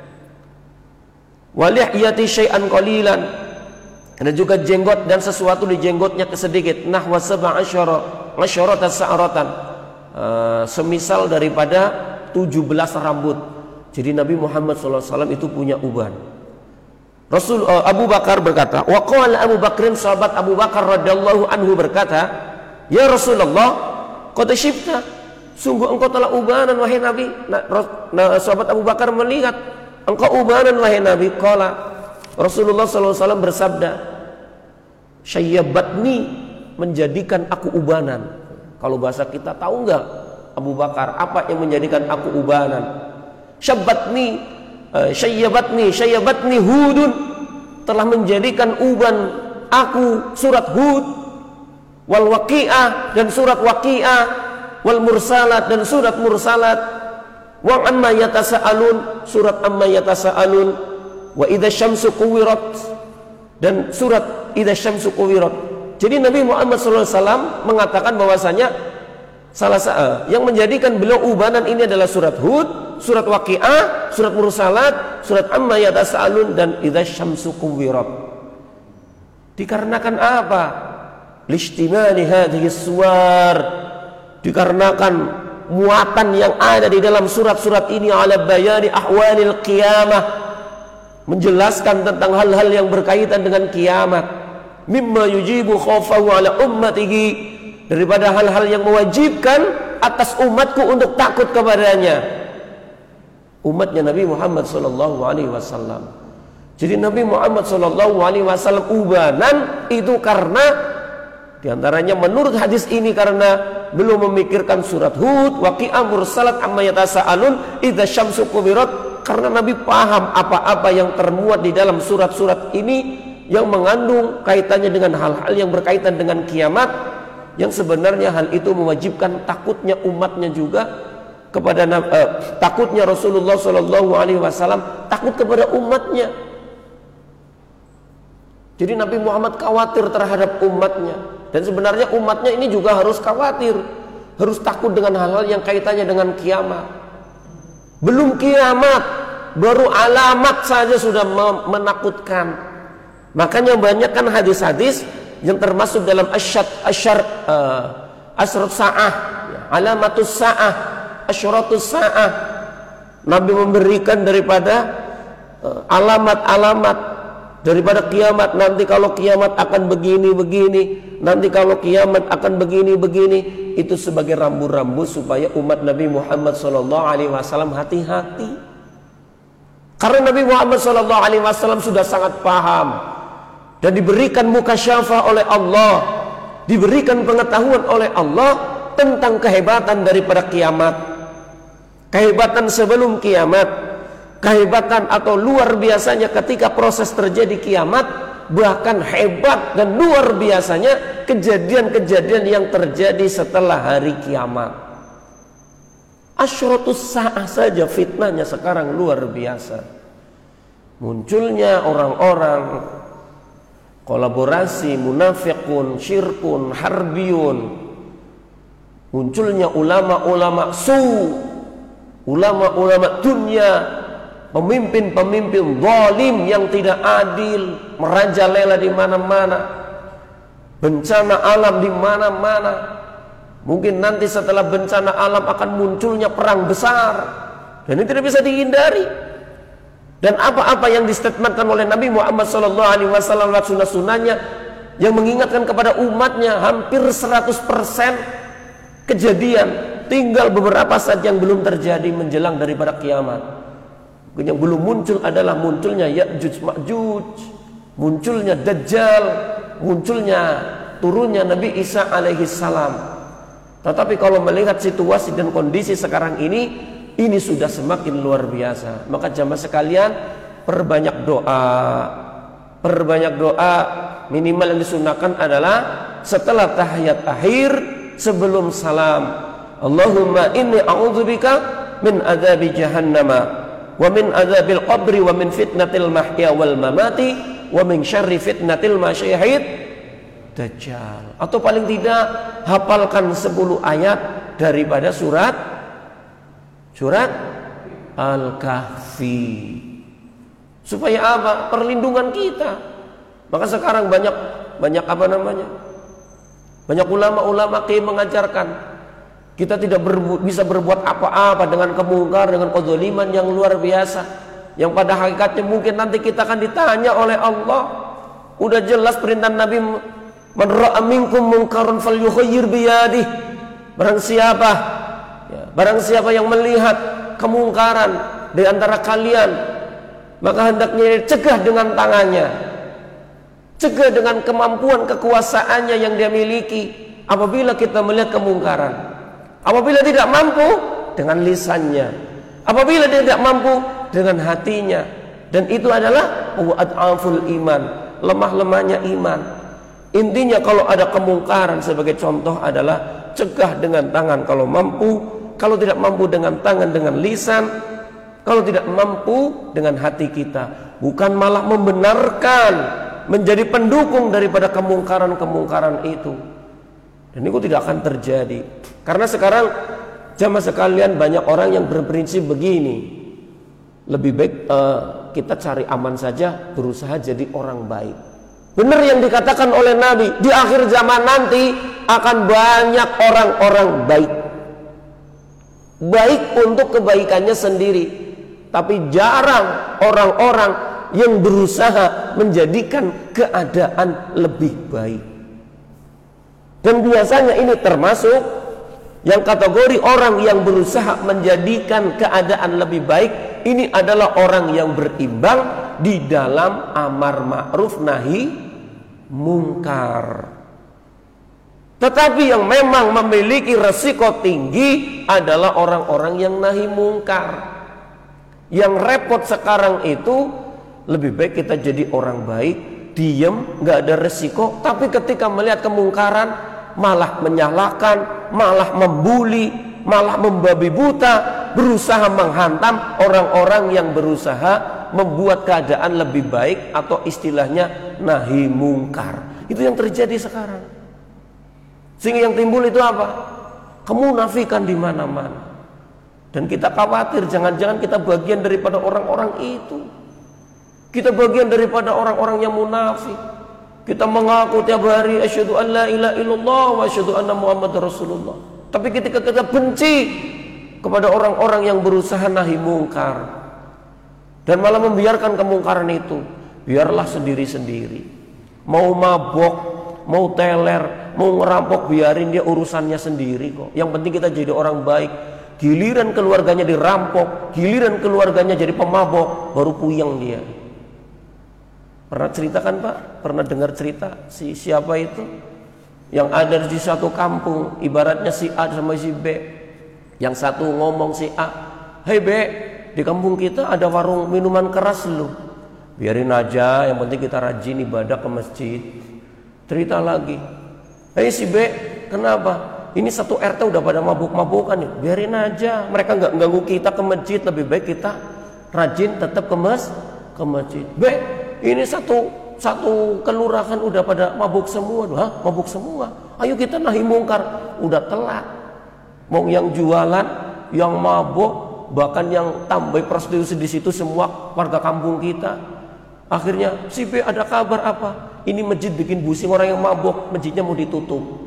Wa lihyati syai'an qalilan. Ada juga jenggot dan sesuatu di jenggotnya kesedikit. Nahwa sab'asyarata sa'ratan. Semisal daripada 17 rambut. Jadi Nabi Muhammad sallallahu alaihi wasallam itu punya uban. Abu Bakar berkata, wa qala Abu Bakrin, sahabat Abu Bakar radhiyallahu anhu berkata, ya Rasulullah, qad syibta, sungguh engkau telah ubanan wahai Nabi. Sahabat Abu Bakar melihat, engkau ubanan wahai Nabi. Qala, Rasulullah sallallahu alaihi wasallam bersabda, syayyabatni, menjadikan aku ubanan. Kalau bahasa kita, tahu enggak Abu Bakar apa yang menjadikan aku ubanan? Syayyabatni Hudun, telah menjadikan uban aku surat Hud, wal Waqi'ah, dan surat Waqi'ah, wal Mursalat, dan surat Mursalat, wa amma yatasaalun, surat amma yatasaalun, wa idza syamsu kuwirat, dan surat idza syamsu kuwirat. Jadi Nabi Muhammad SAW mengatakan bahwasanya yang menjadikan beliau ubanan ini adalah surat Hud, surat Waqi'ah, surat Mursalat, surat Amma Yatasa'alun, dan idza syamsu kuwirat. Dikarenakan apa? Lishtimali hadhihi suwar, dikarenakan muatan yang ada di dalam surat-surat ini ala bayani ahwalil qiyamah, menjelaskan tentang hal-hal yang berkaitan dengan kiamat. Mimma yujibu khawfahu ala ummatihi, daripada hal-hal yang mewajibkan atas umatku untuk takut kepadanya. Umatnya Nabi Muhammad sallallahu alaihi wasallam. Jadi Nabi Muhammad SAW ubanan itu karena diantaranya menurut hadis ini karena belum memikirkan surat Hud, waqi'ah mursalat amma yatasaalun idza syamsu kuwirat, karena Nabi paham apa-apa yang termuat di dalam surat-surat ini yang mengandung kaitannya dengan hal-hal yang berkaitan dengan kiamat, yang sebenarnya hal itu mewajibkan takutnya umatnya juga kepada takutnya Rasulullah SAW takut kepada umatnya. Jadi Nabi Muhammad khawatir terhadap umatnya, dan sebenarnya umatnya ini juga harus khawatir, harus takut dengan hal-hal yang kaitannya dengan kiamat. Belum kiamat, baru alamat saja sudah menakutkan. Makanya banyak kan hadis-hadis yang termasuk dalam asyarat sa'ah, alamatus sa'ah, asyaratus sa'ah. Nabi memberikan daripada alamat-alamat daripada kiamat. Nanti kalau kiamat akan begini-begini, nanti kalau kiamat akan begini-begini. Itu sebagai rambu-rambu supaya umat Nabi Muhammad SAW hati-hati. Karena Nabi Muhammad SAW sudah sangat paham dan diberikan mukasyafah oleh Allah, diberikan pengetahuan oleh Allah tentang kehebatan daripada kiamat, kehebatan sebelum kiamat, kehebatan atau luar biasanya ketika proses terjadi kiamat, bahkan hebat dan luar biasanya kejadian-kejadian yang terjadi setelah hari kiamat. Asyratus sa'ah saja fitnahnya sekarang luar biasa. Munculnya orang-orang kolaborasi, munafiqun, syirkun, harbiyun. Munculnya ulama-ulama ulama-ulama dunia, pemimpin-pemimpin zalim yang tidak adil, merajalela di mana-mana, bencana alam di mana-mana. Mungkin nanti setelah bencana alam akan munculnya perang besar, dan ini tidak bisa dihindari. Dan apa-apa yang distatementkan oleh Nabi Muhammad SAW lewat sunnah-sunnahnya yang mengingatkan kepada umatnya hampir 100% kejadian, tinggal beberapa saja yang belum terjadi menjelang daripada kiamat. Yang belum muncul adalah munculnya Ya'juj Ma'juj, munculnya Dajjal, munculnya turunnya Nabi Isa alaihi salam. Tetapi kalau melihat situasi dan kondisi sekarang ini sudah semakin luar biasa. Maka jamaah sekalian, perbanyak doa. Minimal yang disunahkan adalah setelah tahiyat akhir, sebelum salam, Allahumma inni a'udzubika min adzabi jahannama wa min adzabil qabri wa min fitnatil mahya wal mamati wa min syarri fitnatil masyihid dajjal. Atau paling tidak hafalkan 10 ayat daripada surat Al-Kahfi. Supaya apa? Perlindungan kita. Maka sekarang banyak apa namanya? Banyak ulama-ulama mengajarkan kita tidak bisa berbuat apa-apa dengan kemungkar, dengan kezaliman yang luar biasa, yang pada hakikatnya mungkin nanti kita akan ditanya oleh Allah. Udah jelas perintah Nabi, man ra'a minkum munkarun falyughayyir biyadihi. Barang siapa yang melihat kemungkaran di antara kalian, maka hendaknya cegah dengan tangannya, cegah dengan kemampuan kekuasaannya yang dia miliki. Apabila kita melihat kemungkaran, apabila tidak mampu, dengan lisannya, apabila dia tidak mampu, dengan hatinya. Dan itu adalah ad'aful iman, lemah-lemahnya iman. Intinya kalau ada kemungkaran, sebagai contoh adalah cegah dengan tangan kalau mampu. Kalau tidak mampu dengan tangan, dengan lisan. Kalau tidak mampu dengan hati kita. Bukan malah membenarkan, menjadi pendukung daripada kemungkaran-kemungkaran itu. Dan itu tidak akan terjadi. Karena sekarang jamaah sekalian, banyak orang yang berprinsip begini, lebih baik kita cari aman saja, berusaha jadi orang baik. Benar yang dikatakan oleh Nabi, di akhir zaman nanti akan banyak orang-orang baik, baik untuk kebaikannya sendiri, tapi jarang orang-orang yang berusaha menjadikan keadaan lebih baik. Dan biasanya ini termasuk yang kategori orang yang berusaha menjadikan keadaan lebih baik. Ini adalah orang yang berimbang di dalam amar ma'ruf nahi mungkar. Tetapi yang memang memiliki resiko tinggi adalah orang-orang yang nahi mungkar. Yang repot sekarang itu lebih baik kita jadi orang baik, diem, gak ada resiko. Tapi ketika melihat kemungkaran malah menyalahkan, malah membuli, malah membabi buta, berusaha menghantam orang-orang yang berusaha membuat keadaan lebih baik, atau istilahnya nahi mungkar. Itu yang terjadi sekarang. Sehingga yang timbul itu apa? Kemunafikan di mana-mana. Dan kita khawatir jangan-jangan kita bagian daripada orang-orang itu. Kita bagian daripada orang-orang yang munafik. Kita mengaku tiap hari asyhadu an la ilaha illallah wa asyhadu anna muhammadar rasulullah. Tapi ketika kita benci kepada orang-orang yang berusaha nahi mungkar dan malah membiarkan kemungkaran itu, biarlah sendiri-sendiri. Mau mabok, mau teler, mau ngerampok, biarin dia urusannya sendiri kok. Yang penting kita jadi orang baik. Giliran keluarganya dirampok, giliran keluarganya jadi pemabok, baru puyeng dia. Pernah ceritakan Pak? Pernah dengar cerita siapa itu? Yang ada di satu kampung, ibaratnya si A sama si B. Yang satu ngomong si A, "Hei B, di kampung kita ada warung minuman keras lu. Biarin aja, yang penting kita rajin ibadah ke masjid." Cerita lagi, "Hei si B, kenapa? Ini satu RT udah pada mabuk-mabukan nih. Biarin aja, mereka nggak ganggu kita ke masjid. Lebih baik kita rajin tetap ke masjid." "B, ini satu kelurahan udah pada mabuk semua." "Hah, mabuk semua? Ayo kita nahi mungkar." Udah telat. Mau yang jualan, yang mabuk, bahkan yang tambah prostitusi di situ semua warga kampung kita. Akhirnya si B ada kabar apa? Ini masjid bikin pusing orang yang mabuk, masjidnya mau ditutup.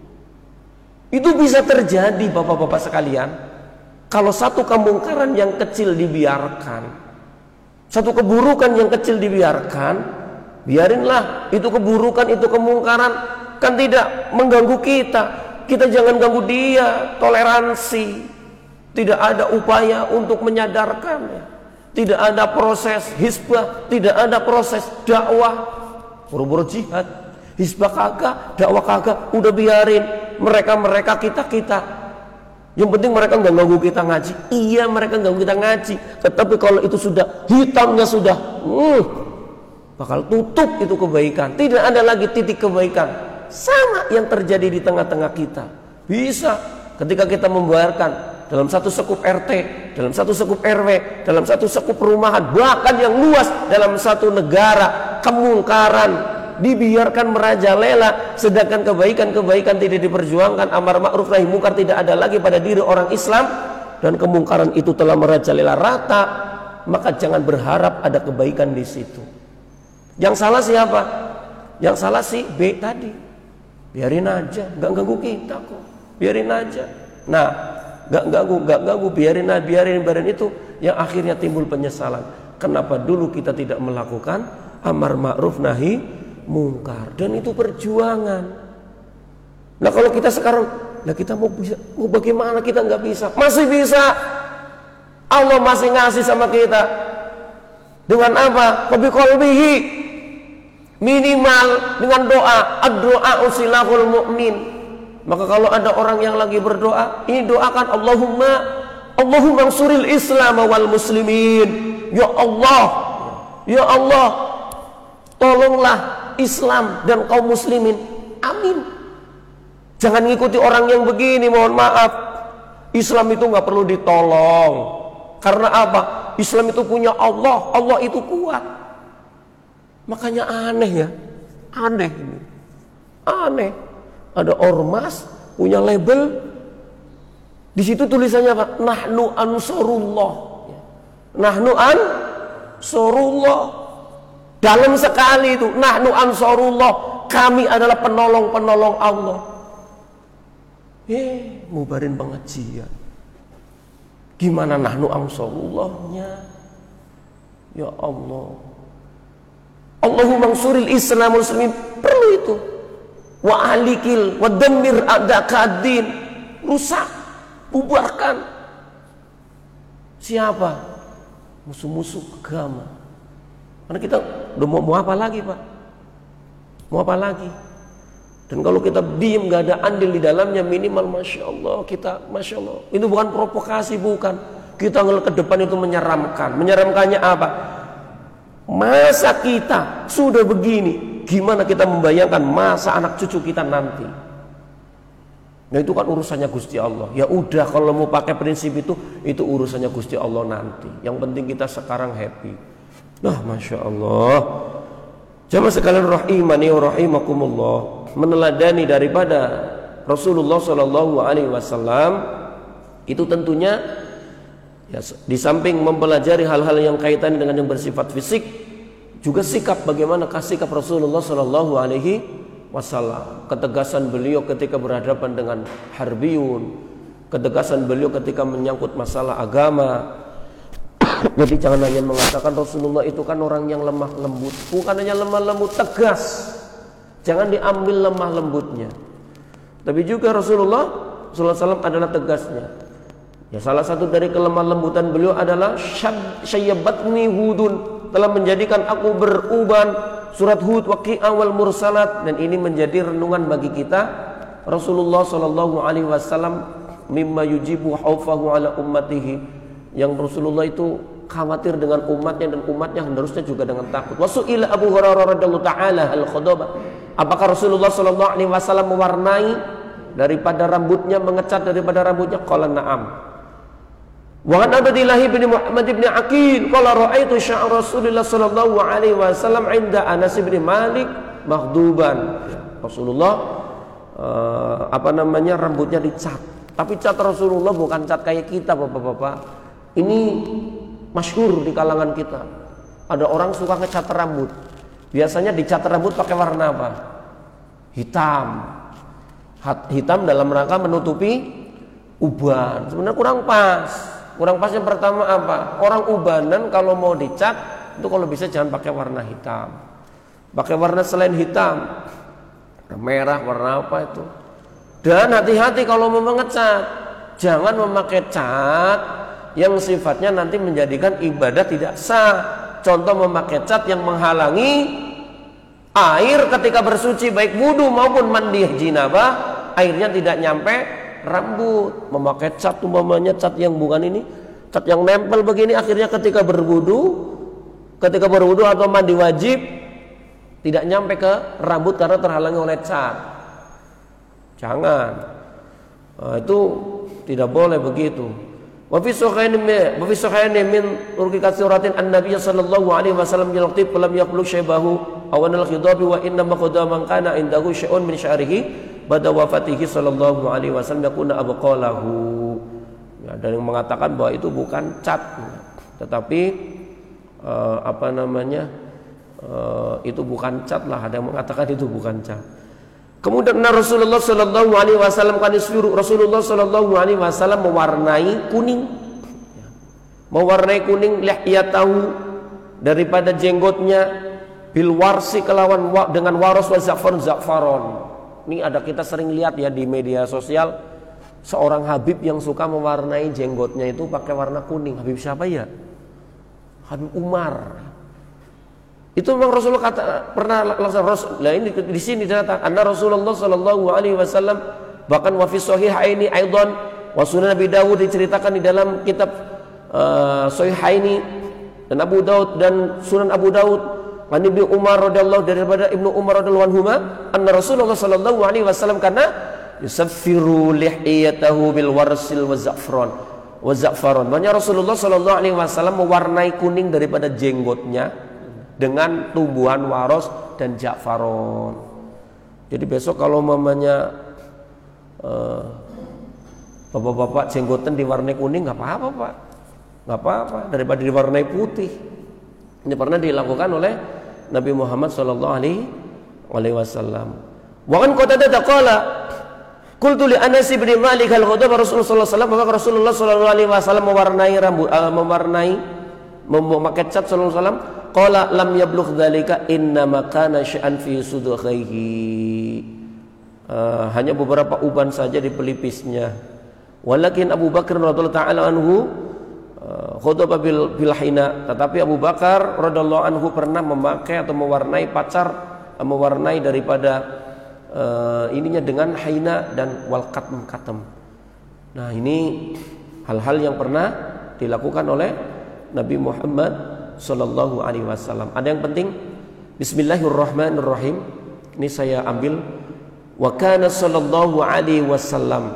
Itu bisa terjadi bapak-bapak sekalian kalau satu kemungkaran yang kecil dibiarkan, satu keburukan yang kecil dibiarkan, biarinlah itu keburukan, itu kemungkaran kan tidak mengganggu kita. Kita jangan ganggu dia, toleransi. Tidak ada upaya untuk menyadarkannya. Tidak ada proses hisbah, tidak ada proses dakwah. Buru-buru jihad, hisbah kagak, dakwah kagak, udah biarin. Mereka kita. Yang penting mereka nggak ganggu kita ngaji. Iya, mereka ganggu kita ngaji. Tetapi kalau itu sudah hitamnya sudah, bakal tutup itu kebaikan. Tidak ada lagi titik kebaikan. Sama yang terjadi di tengah-tengah kita. Bisa ketika kita membiarkan dalam satu sekup RT, dalam satu sekup RW, dalam satu sekup perumahan, bahkan yang luas dalam satu negara, kemungkaran dibiarkan merajalela, sedangkan kebaikan-kebaikan tidak diperjuangkan, amar ma'ruf nahi mungkar tidak ada lagi pada diri orang Islam, dan kemungkaran itu telah merajalela rata, maka jangan berharap ada kebaikan di situ. Yang salah siapa? Yang salah si B tadi. Biarin aja, nggak ganggu kita kok. Biarin aja. Nah, nggak ganggu, biarin itu yang akhirnya timbul penyesalan. Kenapa dulu kita tidak melakukan amar ma'ruf nahi mungkar? Dan itu perjuangan. Nah kalau kita sekarang, nah kita mau bagaimana? Kita nggak bisa. Masih bisa. Allah masih ngasih sama kita. Dengan apa? Biqalbihi, minimal dengan doa. Ad-doa usilahul mu'min. Maka kalau ada orang yang lagi berdoa, ini doakan Allahumma ansuril Islam wal muslimin. Ya Allah, tolonglah Islam dan kaum muslimin. Amin. Jangan ngikuti orang yang begini, mohon maaf. Islam itu nggak perlu ditolong. Karena apa? Islam itu punya Allah. Allah itu kuat. Makanya aneh ya. Aneh ini. Aneh. Ada ormas punya label. Di situ tulisannya apa? Nahnu ansarullah. Nahnu ansarullah. Dalam sekali itu, nahnu ansarullah, kami adalah penolong-penolong Allah. Mubarin pengajian. Gimana nahnu ansarullahnya? Ya Allah. Allahumma ansuril Islam muslimin, perlu itu. Wa ahlikil wa dammir a'daka ad-din. Rusak, bubarkan. Siapa? Musuh-musuh agama. Karena kita udah mau apa lagi, Pak? Mau apa lagi? Dan kalau kita diem gak ada andil di dalamnya, minimal Masya Allah kita, Masya Allah. Itu bukan provokasi, bukan. Kita ngeliat ke depan itu menyeramkan. Menyeramkannya apa? Masa kita sudah begini, gimana kita membayangkan masa anak cucu kita nanti? Nah itu kan urusannya Gusti Allah. Ya udah, kalau mau pakai prinsip itu urusannya Gusti Allah nanti. Yang penting kita sekarang happy. Nah Masya Allah. Jamaah sekalian rahimani wa rahimakumullah, meneladani daripada Rasulullah Shallallahu Alaihi Wasallam itu tentunya ya, di samping mempelajari hal-hal yang kaitan dengan yang bersifat fisik, juga sikap, bagaimana sikap Rasulullah Shallallahu Alaihi Wasallam, ketegasan beliau ketika berhadapan dengan harbiyun, ketegasan beliau ketika menyangkut masalah agama. Jadi jangan hanya mengatakan Rasulullah itu kan orang yang lemah lembut, bukan hanya lemah lembut, tegas. Jangan diambil lemah lembutnya, tapi juga Rasulullah SAW adalah tegasnya. Ya, salah satu dari kelemah lembutan beliau adalah syayyabatni hudun, telah menjadikan aku beruban. Surat Hud, Waqi'ah wal Mursalat, dan ini menjadi renungan bagi kita. Rasulullah Shallallahu Alaihi Wasallam mimma yujibu haufahu ala ummatihi, yang Rasulullah itu khawatir dengan umatnya, dan umatnya harusnya juga dengan takut. Wasu'ila Abu Hurairah radhiyallahu taala al-khudaba, apakah Rasulullah Shallallahu Alaihi Wasallam mewarnai daripada rambutnya, mengecat daripada rambutnya? Qala na'am. Wa an Abdillah bin Muhammad bin Aqil qala ra'aitu sya'r Rasulullah sallallahu alaihi wasallam 'inda Anas bin Malik maghduban. Rasulullah rambutnya dicat. Tapi cat Rasulullah bukan cat kayak kita, Bapak-bapak. Ini masyhur di kalangan kita. Ada orang suka ngecat rambut. Biasanya dicat rambut pakai warna apa? Hitam. Hitam dalam rangka menutupi uban. Sebenarnya kurang pas. Kurang pas yang pertama apa? Orang ubanan kalau mau dicat itu kalau bisa jangan pakai warna hitam. Pakai warna selain hitam, merah, warna apa itu. Dan hati-hati kalau mau mengecat, jangan memakai cat yang sifatnya nanti menjadikan ibadah tidak sah. Contoh, memakai cat yang menghalangi air ketika bersuci, baik wudu maupun mandi jinabah, airnya tidak nyampe rambut. Memakai cat umpamanya cat yang bukan ini, cat yang nempel begini, akhirnya ketika berwudu atau mandi wajib tidak nyampe ke rambut karena terhalangi oleh cat. Jangan. Nah, itu tidak boleh begitu. Wa fi sahhaini min turki katsiratin an-nabiy sallallahu alaihi wasallam yalqib lam yaqlu syaibahu awanal khidabi wa inna ma qadama kana indahu syai'un min sya'rihi pada wafatihi sallallahu alaihi wasallam yakuna abqalahu. Ya, ada yang mengatakan bahwa itu bukan cat, tetapi itu bukan cat lah. Ada yang mengatakan itu bukan cat. Kemudian Rasulullah sallallahu alaihi wasallam Rasulullah sallallahu alaihi wasallam mewarnai kuning. Mewarnai kuning lihyatahu, daripada jenggotnya, bil warsi, kelawan dengan waros wa za'faron. Ini ada, kita sering lihat ya di media sosial, seorang Habib yang suka mewarnai jenggotnya itu pakai warna kuning. Habib siapa ya? Habib Umar. Itu memang Rasulullah pernah langsung lah. Ini di sini ternyata anna Rasulullah sallallahu alaihi wasallam, bahkan wa fi sahihaini aidan wa sunan Abi Dawud, diceritakan di dalam kitab sahihaini dan Abu Daud dan Sunan Abu Daud, an Ibnu Umar radhiyallahu, daripada Ibnu Umar radhiyallahu anhuma, anna Rasulullah sallallahu alaihi wasallam karena yusaffiru lihiyatahu bil warsil wa za'faron. Maknanya Rasulullah sallallahu alaihi wasallam mewarnai kuning daripada jenggotnya dengan tumbuhan waros dan za'faron. Jadi besok kalau mamanya bapak-bapak jenggotan diwarnai kuning, nggak apa-apa, Pak. Nggak apa-apa daripada diwarnai putih. Ini pernah dilakukan oleh Nabi Muhammad sallallahu alaihi wasallam. Wa kan Qatadah qala qultu li Anas bin Malik al-Khudab Rasulullah sallallahu alaihi wasallam, maka Rasulullah sallallahu alaihi wasallam mewarnai rambut, memakai cat sallallahu alaihi wasallam. Qala lam yablugh dzalika inna ma kana sya'an fi sudghaihi. Hanya beberapa uban saja di pelipisnya. Walakin Abu Bakar radhiyallahu taala anhu khutbah bil hina, tetapi Abu Bakar radhiyallahu anhu pernah memakai atau mewarnai daripada ininya dengan hina dan wal katem. Nah, ini hal-hal yang pernah dilakukan oleh Nabi Muhammad sallallahu alaihi wasallam. Ada yang penting, bismillahirrahmanirrahim. Ini saya ambil, wa kana sallallahu alaihi wasallam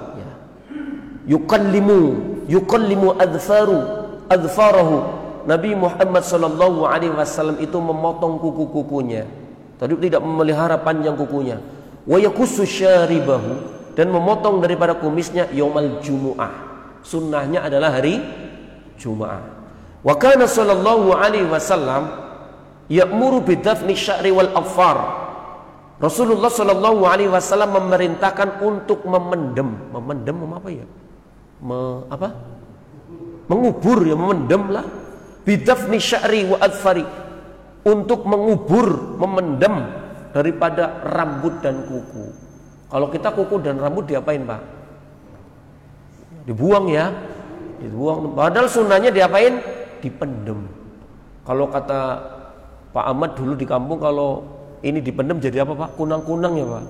yuqallimu adfarahu. Nabi Muhammad sallallahu alaihi wasallam itu memotong kuku-kukunya. Tadi tidak memelihara panjang kukunya. Wa yakussu syaribahu, dan memotong daripada kumisnya yaumal jumu'ah. Sunnahnya adalah hari Jumat. Wa kana sallallahu alaihi wasallam ya'muru bidafni sya'ri wal afar. Rasulullah sallallahu alaihi wasallam memerintahkan untuk memendam apa ya? Mengubur ya, memendam lah. Bidafni sya'ri wa adfari, untuk mengubur, memendam daripada rambut dan kuku. Kalau kita kuku dan rambut diapain, Pak? Dibuang ya, dibuang. Padahal sunnahnya diapain? Dipendem. Kalau kata Pak Ahmad dulu di kampung, kalau ini dipendem jadi apa, Pak? Kunang-kunang ya, Pak.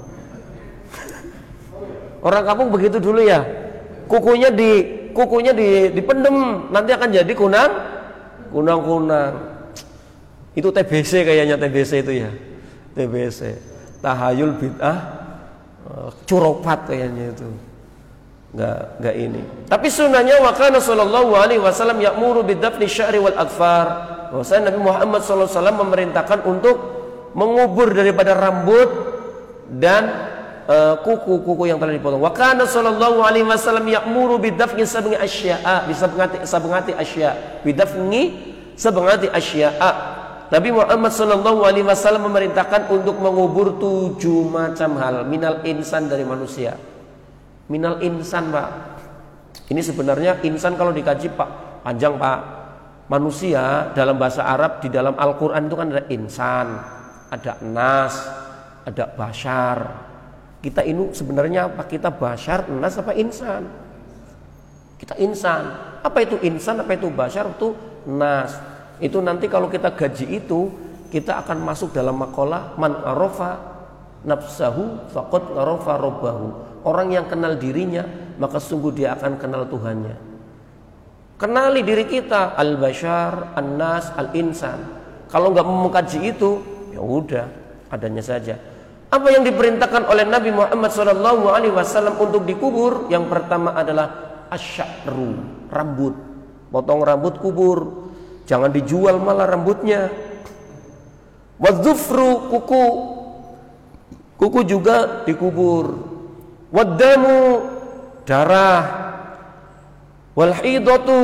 Orang kampung begitu dulu ya. Kukunya dipendem, nanti akan jadi kunang-kunang. Itu TBC kayaknya, TBC itu ya. TBC. Tahayul bid'ah curopat kayaknya itu. Enggak ini. Tapi sunnahnya wa kana sallallahu alaihi wasallam ya'muru bidafni sya'ri wal adfar. Bahwasanya Nabi Muhammad sallallahu alaihi wasallam memerintahkan untuk mengubur daripada rambut dan kuku-kuku yang telah dipotong. Wa kana sallallahu alaihi wasallam ya'muru bidafni sab'i asya'a, sab'ati asya', bidafni sab'ati asya'a. Nabi Muhammad sallallahu alaihi wasallam memerintahkan untuk mengubur 7 macam hal. Minal insan, dari manusia. Minal insan, Pak. Ini sebenarnya insan kalau dikaji, Pak, panjang, Pak. Manusia dalam bahasa Arab di dalam Al-Qur'an itu kan ada insan, ada nas, ada bashar. Kita ini sebenarnya apa? Kita bashar, nas, apa insan? Kita insan. Apa itu insan? Apa itu bashar? Itu nas. Itu nanti kalau kita gaji itu, kita akan masuk dalam maqalah man arafa nafsahu faqad arafa rabbahu. Orang yang kenal dirinya, maka sungguh dia akan kenal Tuhannya. Kenali diri kita, al-bashar, an-nas, al-insan. Kalau nggak mau mengkaji itu, ya udah, adanya saja. Apa yang diperintahkan oleh Nabi Muhammad SAW untuk dikubur? Yang pertama adalah asy'ru, rambut. Potong rambut, kubur. Jangan dijual malah rambutnya. Wadzufru, kuku. Kuku juga dikubur. Waddamu, darah. Walhidatu,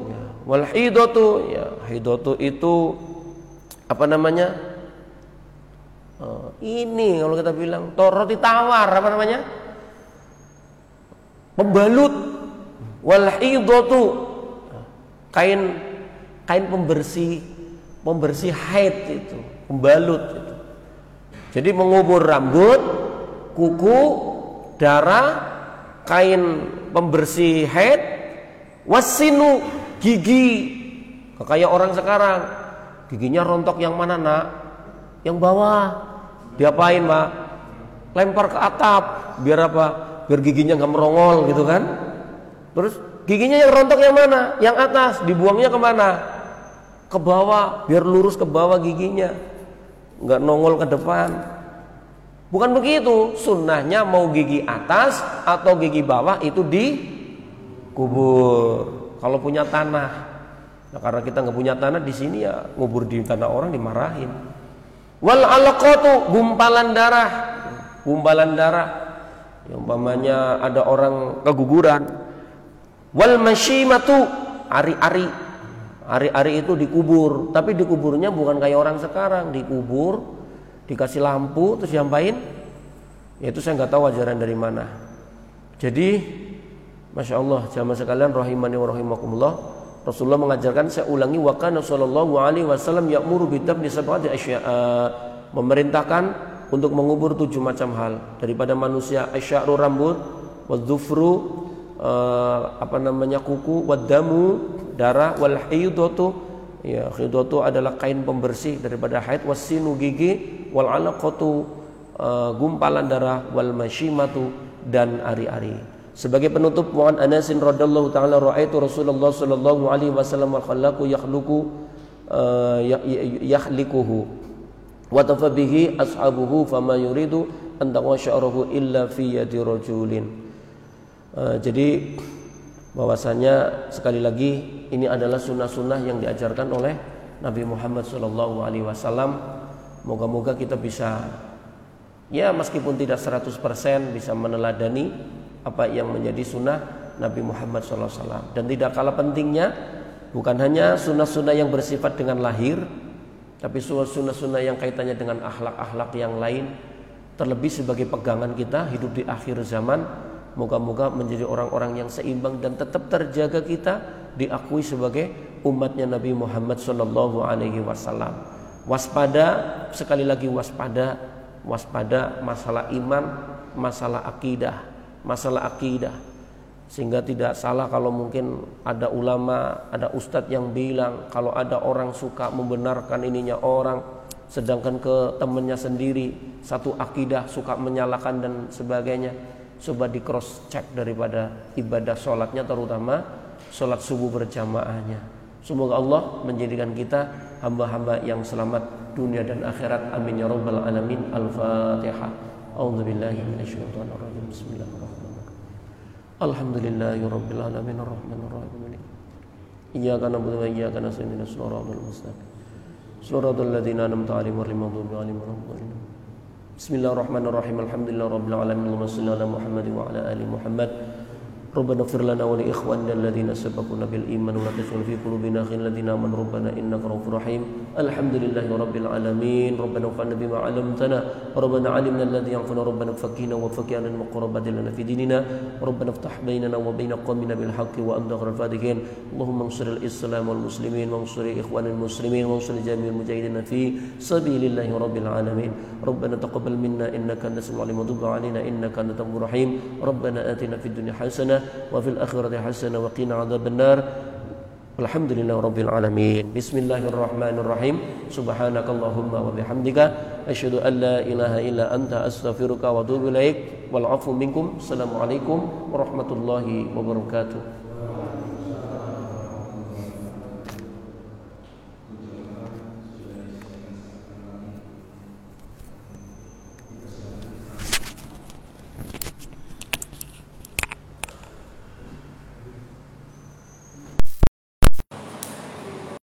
ya, hidatu itu apa namanya? Ini kalau kita bilang roti tawar, apa namanya? Pembalut. Walhidatu, kain pembersih haid itu, pembalut itu. Jadi mengubur rambut, kuku, darah, kain pembersih haid, wasinu, gigi. Kayak orang sekarang, giginya rontok yang mana, Nak? Yang bawah. Diapain, Pak? Lempar ke atap. Biar apa? Biar giginya nggak merongol gitu kan. Terus giginya yang rontok yang mana? Yang atas. Dibuangnya kemana? Ke bawah. Biar lurus ke bawah giginya, nggak nongol ke depan. Bukan begitu. Sunnahnya mau gigi atas atau gigi bawah itu dikubur. Kalau punya tanah. Nah, karena kita nggak punya tanah di sini, ya ngubur di tanah orang dimarahin. Wal alaqatu, gumpalan darah. Gumpalan darah. Yang umpamanya ada orang keguguran. Wal masyimatu, ari-ari. Ari-ari itu dikubur, tapi dikuburnya bukan kayak orang sekarang, dikubur, dikasih lampu, terus diapain? Ya itu saya nggak tahu ajaran dari mana. Jadi, masya Allah, jamaah sekalian, rahimani wa rahimakumullah, Rasulullah mengajarkan, saya ulangi, wa kana sallallahu alaihi wasallam ya'muru bidafni sab'ati asya'a, memerintahkan untuk mengubur 7 macam hal daripada manusia. Asy'aru, rambut, wadzufru, kuku, waddamu, darah, wal haidatu, ya haidatu adalah kain pembersih daripada haid, wasinu gigi, wal alaqatu gumpalan darah, wal mashimatu dan ari-ari. Sebagai penutup, mu'an Anasin radhiyallahu taala ra'aitu Rasulullah sallallahu alaihi wasallam wal khallaqu yahlikuhu wa tafa bihi ashabuhu fama yuridu an tawasharahu illa fi yadi rajulin. Jadi bahwasanya sekali lagi ini adalah sunnah-sunnah yang diajarkan oleh Nabi Muhammad sallallahu alaihi wasallam. Moga-moga kita bisa, ya meskipun tidak 100% bisa meneladani apa yang menjadi sunnah Nabi Muhammad sallallahu alaihi wasallam. Dan tidak kalah pentingnya bukan hanya sunnah-sunnah yang bersifat dengan lahir, tapi sunnah-sunnah yang kaitannya dengan akhlak-akhlak yang lain, terlebih sebagai pegangan kita hidup di akhir zaman. Moga-moga menjadi orang-orang yang seimbang dan tetap terjaga kita diakui sebagai umatnya Nabi Muhammad sallallahu alaihi wasallam. Waspada, sekali lagi waspada masalah iman, masalah akidah. Sehingga tidak salah kalau mungkin ada ulama, ada ustadz yang bilang kalau ada orang suka membenarkan ininya orang, sedangkan ke temannya sendiri satu akidah suka menyalahkan dan sebagainya. Coba di cross check daripada ibadah sholatnya, terutama sholat subuh berjamaahnya. Semoga Allah menjadikan kita hamba-hamba yang selamat dunia dan akhirat. Amin ya rabbal alamin. Al-Fatihah. A'udzubillahi minasyaitonirrajim. Bismillahirrahmanirrahim. Alhamdulillahi rabbil alamin arrahmanir rahim. Iyyaka na'budu wa iyyaka nasta'in ihdinas siratal mustaqim. Siratal ladzina an'amta 'alaihim ghairil maghdubi 'alaihim waladdallin. Bismillahirrahmanirrahim. Alhamdulillahi rabbil alamin. Allahumma shalli ala Muhammadin wa ala ali Muhammad. Rabbana ighfir lana wa li ikhwanina alladhina sabaquna bil iman wa la taj'al fi qulubina ghillan lil ladzina amanu rabbana innaka ra'ufur rahim. Alhamdulillahi rabbil alamin. Rabbana ighfir lana bima 'allamtana rabbana 'allimna alladhi yanfa'una rabbana faqqihna wa faqqihna muqarrabatin lana fi dinina rabbana iftah bainana wa bain qaumina bil haqqi wa anta khairul fatihin. Allahumma ansur al islam wal muslimin wa ansur ikhwanal muslimin wa ansur jami'al mujahidin fi sabilillahi rabbil alamin. Rabbana taqabbal minna innaka antas samiul 'alim wa tub 'alaina innaka antat tawwabur rahim. Rabbana atina fid dunya hasanah wa fil akhirati hasanah wa qina adzabannar. Alhamdulillahi rabbil alamin. Bismillahirrahmanirrahim. Subhanakallahumma wa bihamdika asyhadu an la ilaha illa anta astaghfiruka wa atubu ilaik. Wal 'afwu minkum. Assalamualaikum warahmatullahi wabarakatuh.